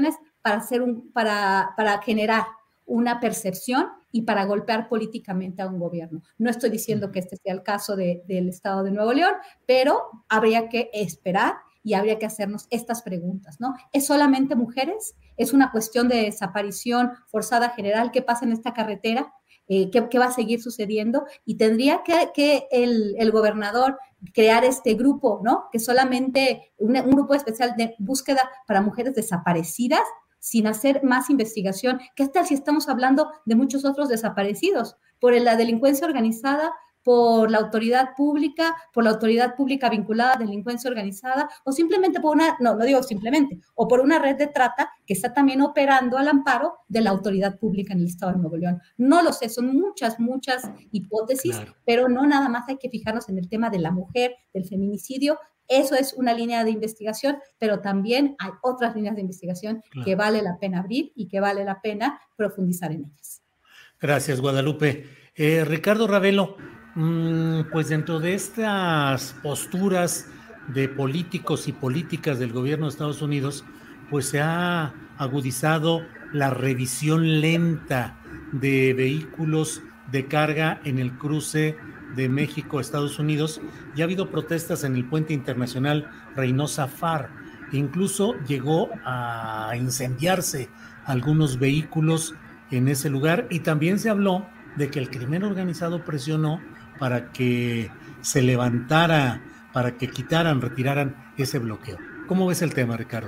para generar una percepción y para golpear políticamente a un gobierno. No estoy diciendo que este sea el caso del estado de Nuevo León, pero habría que esperar y habría que hacernos estas preguntas, ¿no? ¿Es solamente mujeres? ¿Es una cuestión de desaparición forzada general? ¿Qué pasa en esta carretera? ¿Qué va a seguir sucediendo? Y tendría que el gobernador crear este grupo, ¿no? Que solamente un grupo especial de búsqueda para mujeres desaparecidas, sin hacer más investigación. ¿Qué tal si estamos hablando de muchos otros desaparecidos por la delincuencia organizada, por la autoridad pública vinculada a delincuencia organizada, o simplemente no digo simplemente, o por una red de trata que está también operando al amparo de la autoridad pública en el estado de Nuevo León? No lo sé, son muchas hipótesis, claro. Pero no nada más hay que fijarnos en el tema de la mujer, del feminicidio. Eso es una línea de investigación, pero también hay otras líneas de investigación, claro, que vale la pena abrir y que vale la pena profundizar en ellas. Gracias, Guadalupe. Ricardo Ravelo, pues dentro de estas posturas de políticos y políticas del gobierno de Estados Unidos, pues se ha agudizado la revisión lenta de vehículos de carga en el cruce de México a Estados Unidos, y ha habido protestas en el puente internacional Reynosa-Far. Incluso llegó a incendiarse algunos vehículos en ese lugar, y también se habló de que el crimen organizado presionó para que se levantara, para que retiraran ese bloqueo. ¿Cómo ves el tema, Ricardo?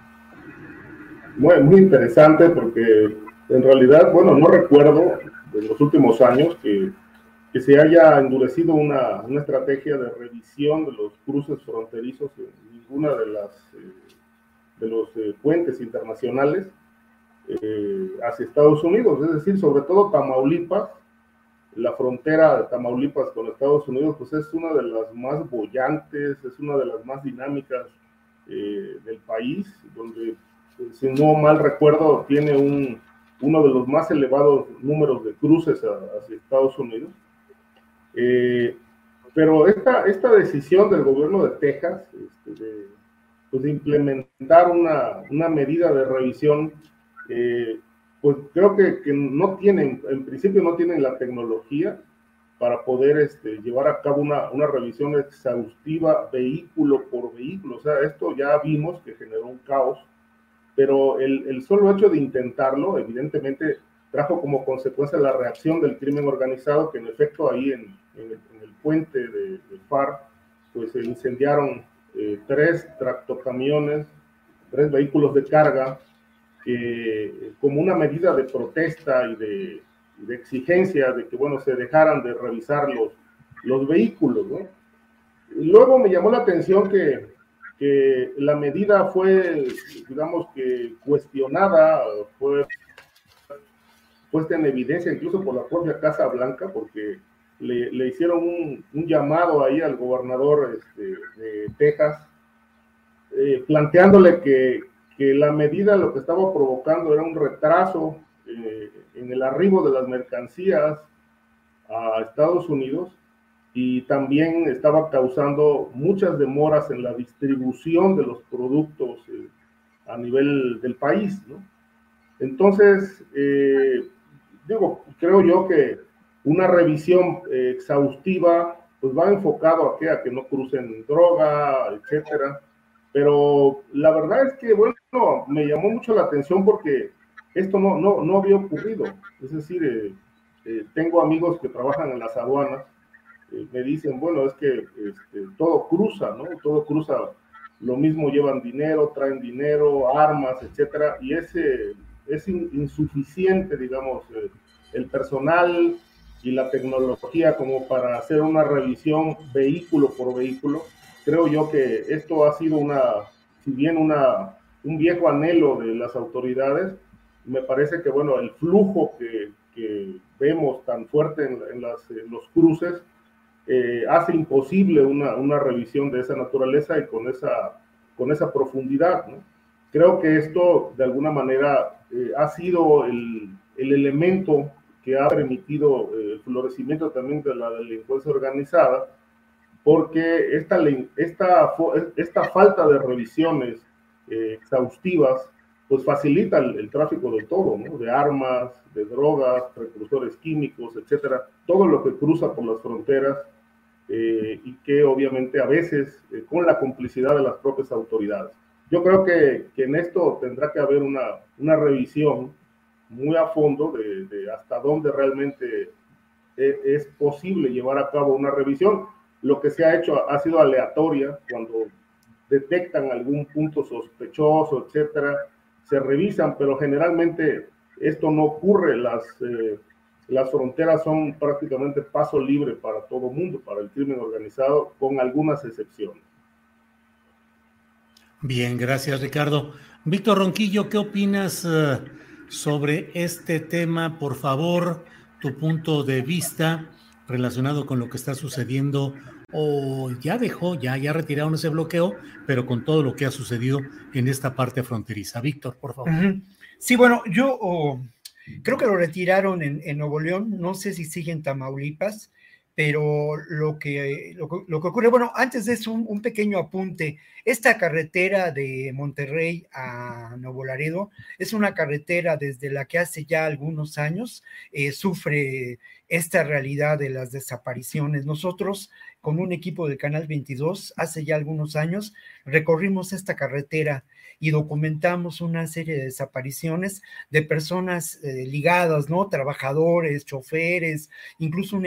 Muy interesante, porque en realidad, no recuerdo en los últimos años que se haya endurecido una estrategia de revisión de los cruces fronterizos en ninguna de los puentes internacionales hacia Estados Unidos. Es decir, sobre todo Tamaulipas, la frontera de Tamaulipas con Estados Unidos, pues es una de las más bollantes, es una de las más dinámicas del país, donde, si no mal recuerdo, tiene uno de los más elevados números de cruces hacia Estados Unidos. Pero esta decisión del gobierno de Texas de implementar una medida de revisión, pues creo que no tienen, en principio no tienen la tecnología para poder llevar a cabo una revisión exhaustiva vehículo por vehículo. O sea, esto ya vimos que generó un caos, pero el solo hecho de intentarlo, evidentemente, trajo como consecuencia la reacción del crimen organizado, que en efecto ahí en el puente de Far, pues se incendiaron 3 tractocamiones, 3 vehículos de carga, como una medida de protesta y de exigencia de que, se dejaran de revisar los vehículos, ¿no? Y luego me llamó la atención que la medida fue, digamos que cuestionada, fue puesta en evidencia incluso por la propia Casa Blanca, porque le hicieron un llamado ahí al gobernador de Texas, planteándole que la medida lo que estaba provocando era un retraso en el arribo de las mercancías a Estados Unidos, y también estaba causando muchas demoras en la distribución de los productos a nivel del país, ¿no? Entonces, creo yo que una revisión exhaustiva pues va enfocado a que no crucen droga, etcétera. Pero la verdad es que, me llamó mucho la atención porque esto no había ocurrido. Es decir, tengo amigos que trabajan en las aduanas, me dicen, es que todo cruza, ¿no? Todo cruza, lo mismo, llevan dinero, traen dinero, armas, etcétera, y es insuficiente, digamos, el personal y la tecnología como para hacer una revisión vehículo por vehículo. Creo yo que esto ha sido si bien un viejo anhelo de las autoridades, me parece que, el flujo que vemos tan fuerte en los cruces hace imposible una revisión de esa naturaleza y con esa profundidad, ¿no? Creo que esto, de alguna manera, ha sido el elemento que ha permitido el florecimiento también de la delincuencia organizada, porque esta falta de revisiones exhaustivas pues facilita el tráfico de todo, ¿no? De armas, de drogas, precursores químicos, etcétera, todo lo que cruza por las fronteras y que obviamente a veces con la complicidad de las propias autoridades. Yo creo que en esto tendrá que haber una revisión muy a fondo de hasta dónde realmente es posible llevar a cabo una revisión. Lo que se ha hecho ha sido aleatoria, cuando detectan algún punto sospechoso, etcétera, se revisan, pero generalmente esto no ocurre. Las fronteras son prácticamente paso libre para todo mundo, para el crimen organizado, con algunas excepciones. Bien, gracias, Ricardo. Víctor Ronquillo, ¿qué opinas sobre este tema? Por favor, tu punto de vista relacionado con lo que está sucediendo, o ya retiraron ese bloqueo, pero con todo lo que ha sucedido en esta parte fronteriza. Víctor, por favor. Sí, bueno, yo creo que lo retiraron en Nuevo León, no sé si sigue en Tamaulipas, pero lo que ocurre, bueno, antes de eso, un pequeño apunte. Esta carretera de Monterrey a Nuevo Laredo es una carretera desde la que hace ya algunos años sufre esta realidad de las desapariciones. Nosotros, con un equipo del Canal 22, hace ya algunos años, recorrimos esta carretera y documentamos una serie de desapariciones de personas ligadas, ¿no? Trabajadores, choferes, incluso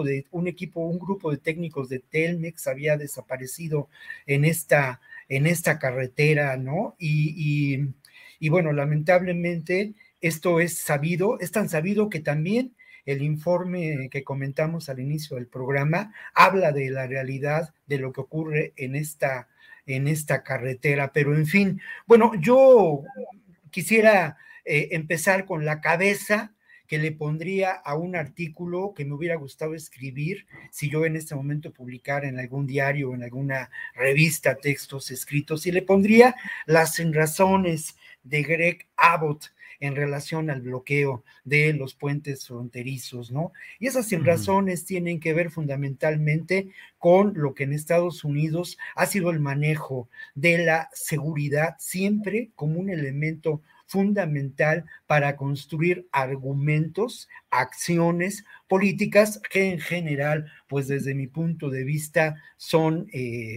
un grupo de técnicos de Telmex había desaparecido en esta carretera, ¿no? Y bueno, lamentablemente esto es tan sabido que también el informe que comentamos al inicio del programa habla de la realidad de lo que ocurre en esta carretera, pero en fin, bueno, yo quisiera empezar con la cabeza que le pondría a un artículo que me hubiera gustado escribir si yo en este momento publicara en algún diario o en alguna revista textos escritos, y le pondría las razones de Greg Abbott en relación al bloqueo de los puentes fronterizos, ¿no? Y esas razones tienen que ver fundamentalmente con lo que en Estados Unidos ha sido el manejo de la seguridad siempre como un elemento fundamental para construir argumentos, acciones políticas que en general, pues desde mi punto de vista, son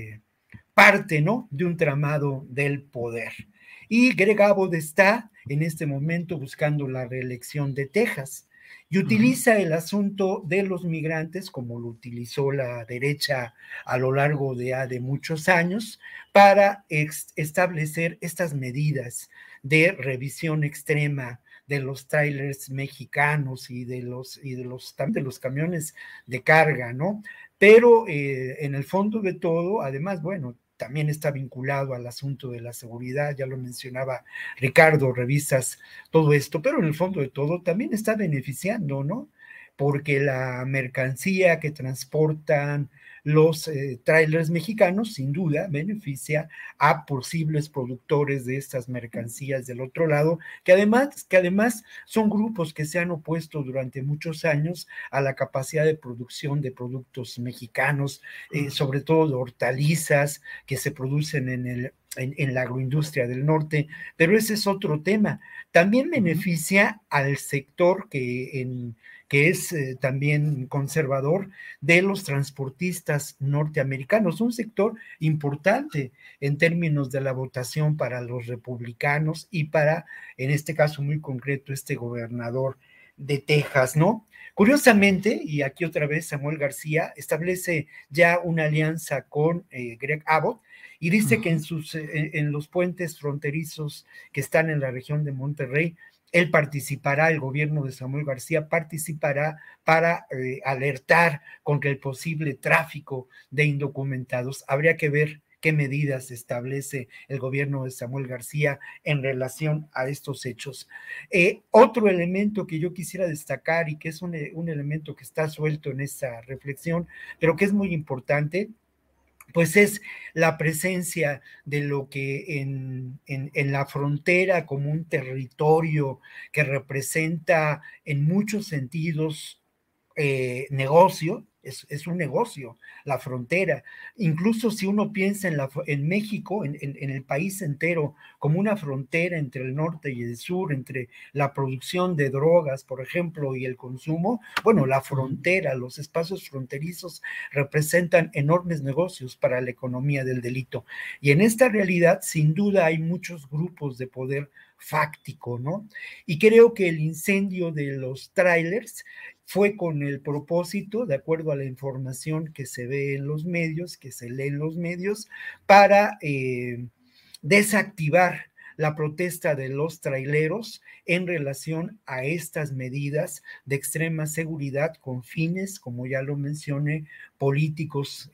parte, ¿no?, de un tramado del poder. Y Greg Abbott está en este momento buscando la reelección de Texas y utiliza el asunto de los migrantes, como lo utilizó la derecha a lo largo de muchos años, para establecer estas medidas de revisión extrema de los trailers mexicanos y de los camiones de carga, ¿no? Pero en el fondo de todo, además, bueno, también está vinculado al asunto de la seguridad, ya lo mencionaba Ricardo, revisas todo esto, pero en el fondo de todo también está beneficiando, ¿no? Porque la mercancía que transportan los trailers mexicanos, sin duda, beneficia a posibles productores de estas mercancías del otro lado, que además son grupos que se han opuesto durante muchos años a la capacidad de producción de productos mexicanos, sobre todo de hortalizas que se producen en la agroindustria del norte, pero ese es otro tema. También beneficia al sector que es también conservador de los transportistas norteamericanos, un sector importante en términos de la votación para los republicanos y para, en este caso muy concreto, este gobernador de Texas, ¿no? Curiosamente, y aquí otra vez Samuel García establece ya una alianza con Greg Abbott y dice que en los puentes fronterizos que están en la región de Monterrey, el gobierno de Samuel García participará para alertar contra el posible tráfico de indocumentados. Habría que ver qué medidas establece el gobierno de Samuel García en relación a estos hechos. Otro elemento que yo quisiera destacar y que es un elemento que está suelto en esta reflexión, pero que es muy importante, pues es la presencia de lo que en la frontera como un territorio que representa en muchos sentidos negocio, es un negocio, la frontera. Incluso si uno piensa en México, en el país entero, como una frontera entre el norte y el sur, entre la producción de drogas, por ejemplo, y el consumo, bueno, la frontera, los espacios fronterizos representan enormes negocios para la economía del delito. Y en esta realidad, sin duda, hay muchos grupos de poder fáctico, ¿no? Y creo que el incendio de los tráilers fue con el propósito, de acuerdo a la información que se ve en los medios, que se lee en los medios, para desactivar la protesta de los traileros en relación a estas medidas de extrema seguridad con fines, como ya lo mencioné, políticos,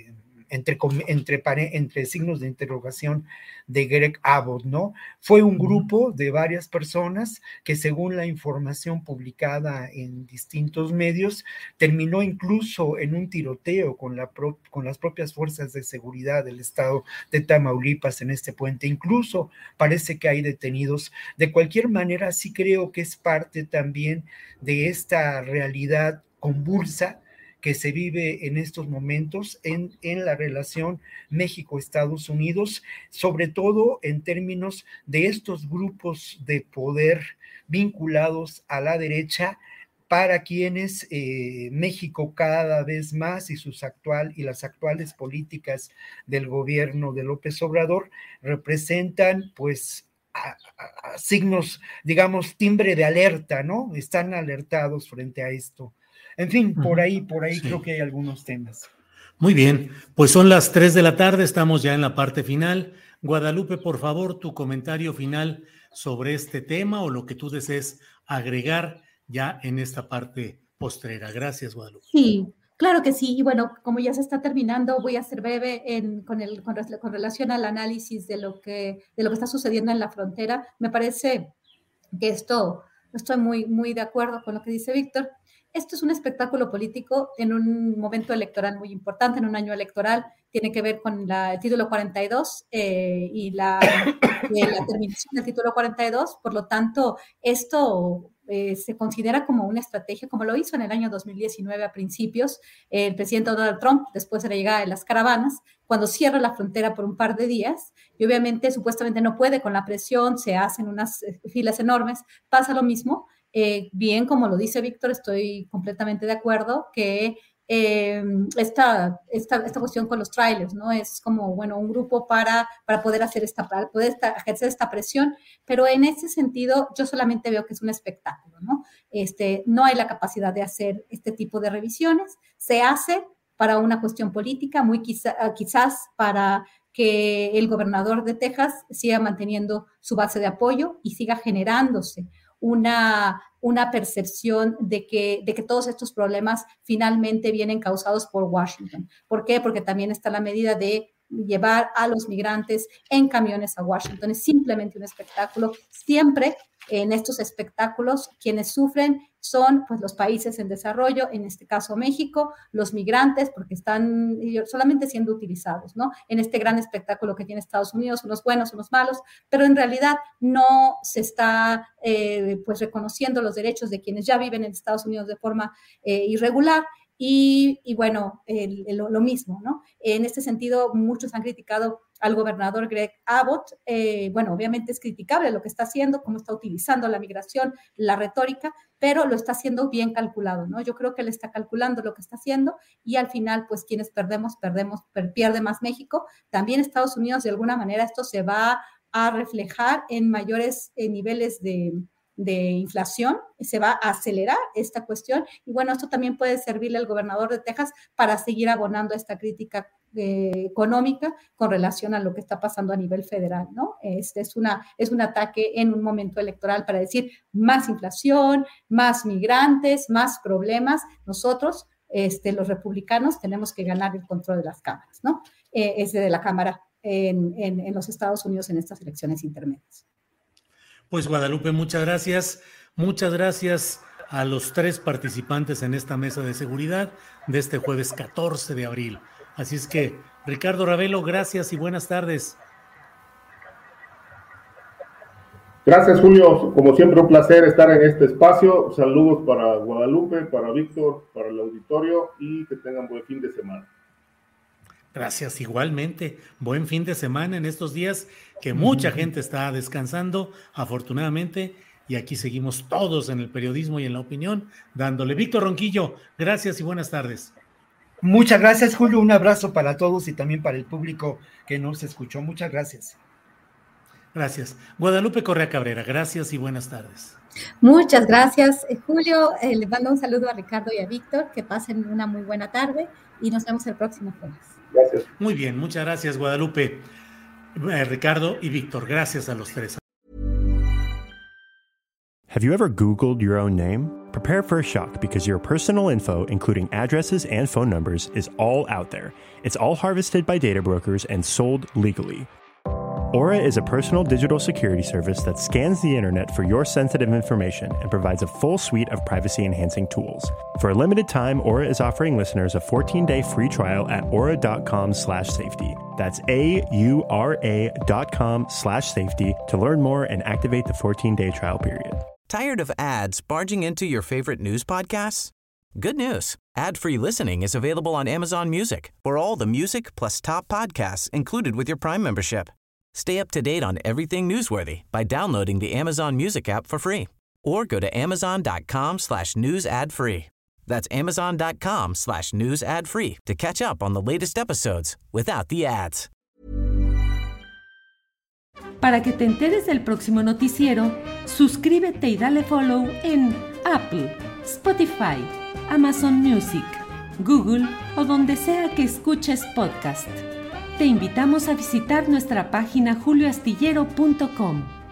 entre signos de interrogación de Greg Abbott, ¿no? Fue un grupo de varias personas que, según la información publicada en distintos medios, terminó incluso en un tiroteo con las propias fuerzas de seguridad del estado de Tamaulipas en este puente. Incluso parece que hay detenidos. De cualquier manera, sí creo que es parte también de esta realidad convulsa que se vive en estos momentos en la relación México-Estados Unidos, sobre todo en términos de estos grupos de poder vinculados a la derecha, para quienes México cada vez más y las actuales políticas del gobierno de López Obrador representan pues a signos, digamos, timbre de alerta, ¿no? Están alertados frente a esto. En fin, por ahí sí. Creo que hay algunos temas. Muy bien, pues son las 3 de la tarde, estamos ya en la parte final. Guadalupe, por favor, tu comentario final sobre este tema o lo que tú desees agregar ya en esta parte postrera. Gracias, Guadalupe. Sí, claro que sí. Y bueno, como ya se está terminando, voy a ser breve con relación al análisis de lo que está sucediendo en la frontera. Me parece que estoy muy, muy de acuerdo con lo que dice Víctor. Esto es un espectáculo político en un momento electoral muy importante, en un año electoral. Tiene que ver con el título 42 y la terminación del título 42. Por lo tanto, esto se considera como una estrategia, como lo hizo en el año 2019 a principios el presidente Donald Trump, después de la llegada de las caravanas, cuando cierra la frontera por un par de días, y obviamente supuestamente no puede con la presión, se hacen unas filas enormes, pasa lo mismo. Bien, como lo dice Víctor, estoy completamente de acuerdo que esta cuestión con los trailers, ¿no? Es como, bueno, un grupo para poder hacer ejercer esta presión, pero en ese sentido yo solamente veo que es un espectáculo, ¿no? No hay la capacidad de hacer este tipo de revisiones, se hace para una cuestión política, quizás para que el gobernador de Texas siga manteniendo su base de apoyo y siga generándose una percepción de que todos estos problemas finalmente vienen causados por Washington. ¿Por qué? Porque también está la medida de llevar a los migrantes en camiones a Washington. Es simplemente un espectáculo. Siempre en estos espectáculos quienes sufren son pues los países en desarrollo, en este caso México, los migrantes, porque están solamente siendo utilizados, ¿no? En este gran espectáculo que tiene Estados Unidos, unos buenos, unos malos, pero en realidad no se está pues reconociendo los derechos de quienes ya viven en Estados Unidos de forma irregular. Y bueno, lo mismo, ¿no? En este sentido, muchos han criticado al gobernador Greg Abbott. Bueno, obviamente es criticable lo que está haciendo, cómo está utilizando la migración, la retórica, pero lo está haciendo bien calculado, ¿no? Yo creo que él está calculando lo que está haciendo y al final, pues quienes pierde más México. También Estados Unidos, de alguna manera, esto se va a reflejar en mayores niveles de inflación, se va a acelerar esta cuestión y bueno, esto también puede servirle al gobernador de Texas para seguir abonando esta crítica económica con relación a lo que está pasando a nivel federal, ¿no? Es un ataque en un momento electoral para decir más inflación, más migrantes, más problemas. Nosotros, los republicanos, tenemos que ganar el control de las cámaras, ¿no? De la Cámara en los Estados Unidos en estas elecciones intermedias. Pues Guadalupe, muchas gracias. Muchas gracias a los 3 participantes en esta mesa de seguridad de este jueves 14 de abril. Así es que, Ricardo Ravelo, gracias y buenas tardes. Gracias, Julio. Como siempre, un placer estar en este espacio. Saludos para Guadalupe, para Víctor, para el auditorio y que tengan buen fin de semana. Gracias, igualmente. Buen fin de semana en estos días que mucha gente está descansando, afortunadamente, y aquí seguimos todos en el periodismo y en la opinión, dándole. Víctor Ronquillo, gracias y buenas tardes. Muchas gracias, Julio. Un abrazo para todos y también para el público que nos escuchó. Muchas gracias. Gracias. Guadalupe Correa Cabrera, gracias y buenas tardes. Muchas gracias, Julio. Les mando un saludo a Ricardo y a Víctor. Que pasen una muy buena tarde y nos vemos el próximo jueves. Gracias. Muy bien, muchas gracias, Guadalupe, Ricardo y Víctor. Gracias a los tres. Have you ever Googled your own name? Prepare for a shock because your personal info, including addresses and phone numbers, is all out there. It's all harvested by data brokers and sold legally. Aura is a personal digital security service that scans the internet for your sensitive information and provides a full suite of privacy-enhancing tools. For a limited time, Aura is offering listeners a 14-day free trial at aura.com/safety. That's AURA.com/safety to learn more and activate the 14-day trial period. Tired of ads barging into your favorite news podcasts? Good news. Ad-free listening is available on Amazon Music for all the music plus top podcasts included with your Prime membership. Stay up to date on everything newsworthy by downloading the Amazon Music app for free or go to amazon.com/news ad free. That's amazon.com/news ad free to catch up on the latest episodes without the ads. Para que te enteres del próximo noticiero, suscríbete y dale follow en Apple, Spotify, Amazon Music, Google o donde sea que escuches podcast. Te invitamos a visitar nuestra página julioastillero.com.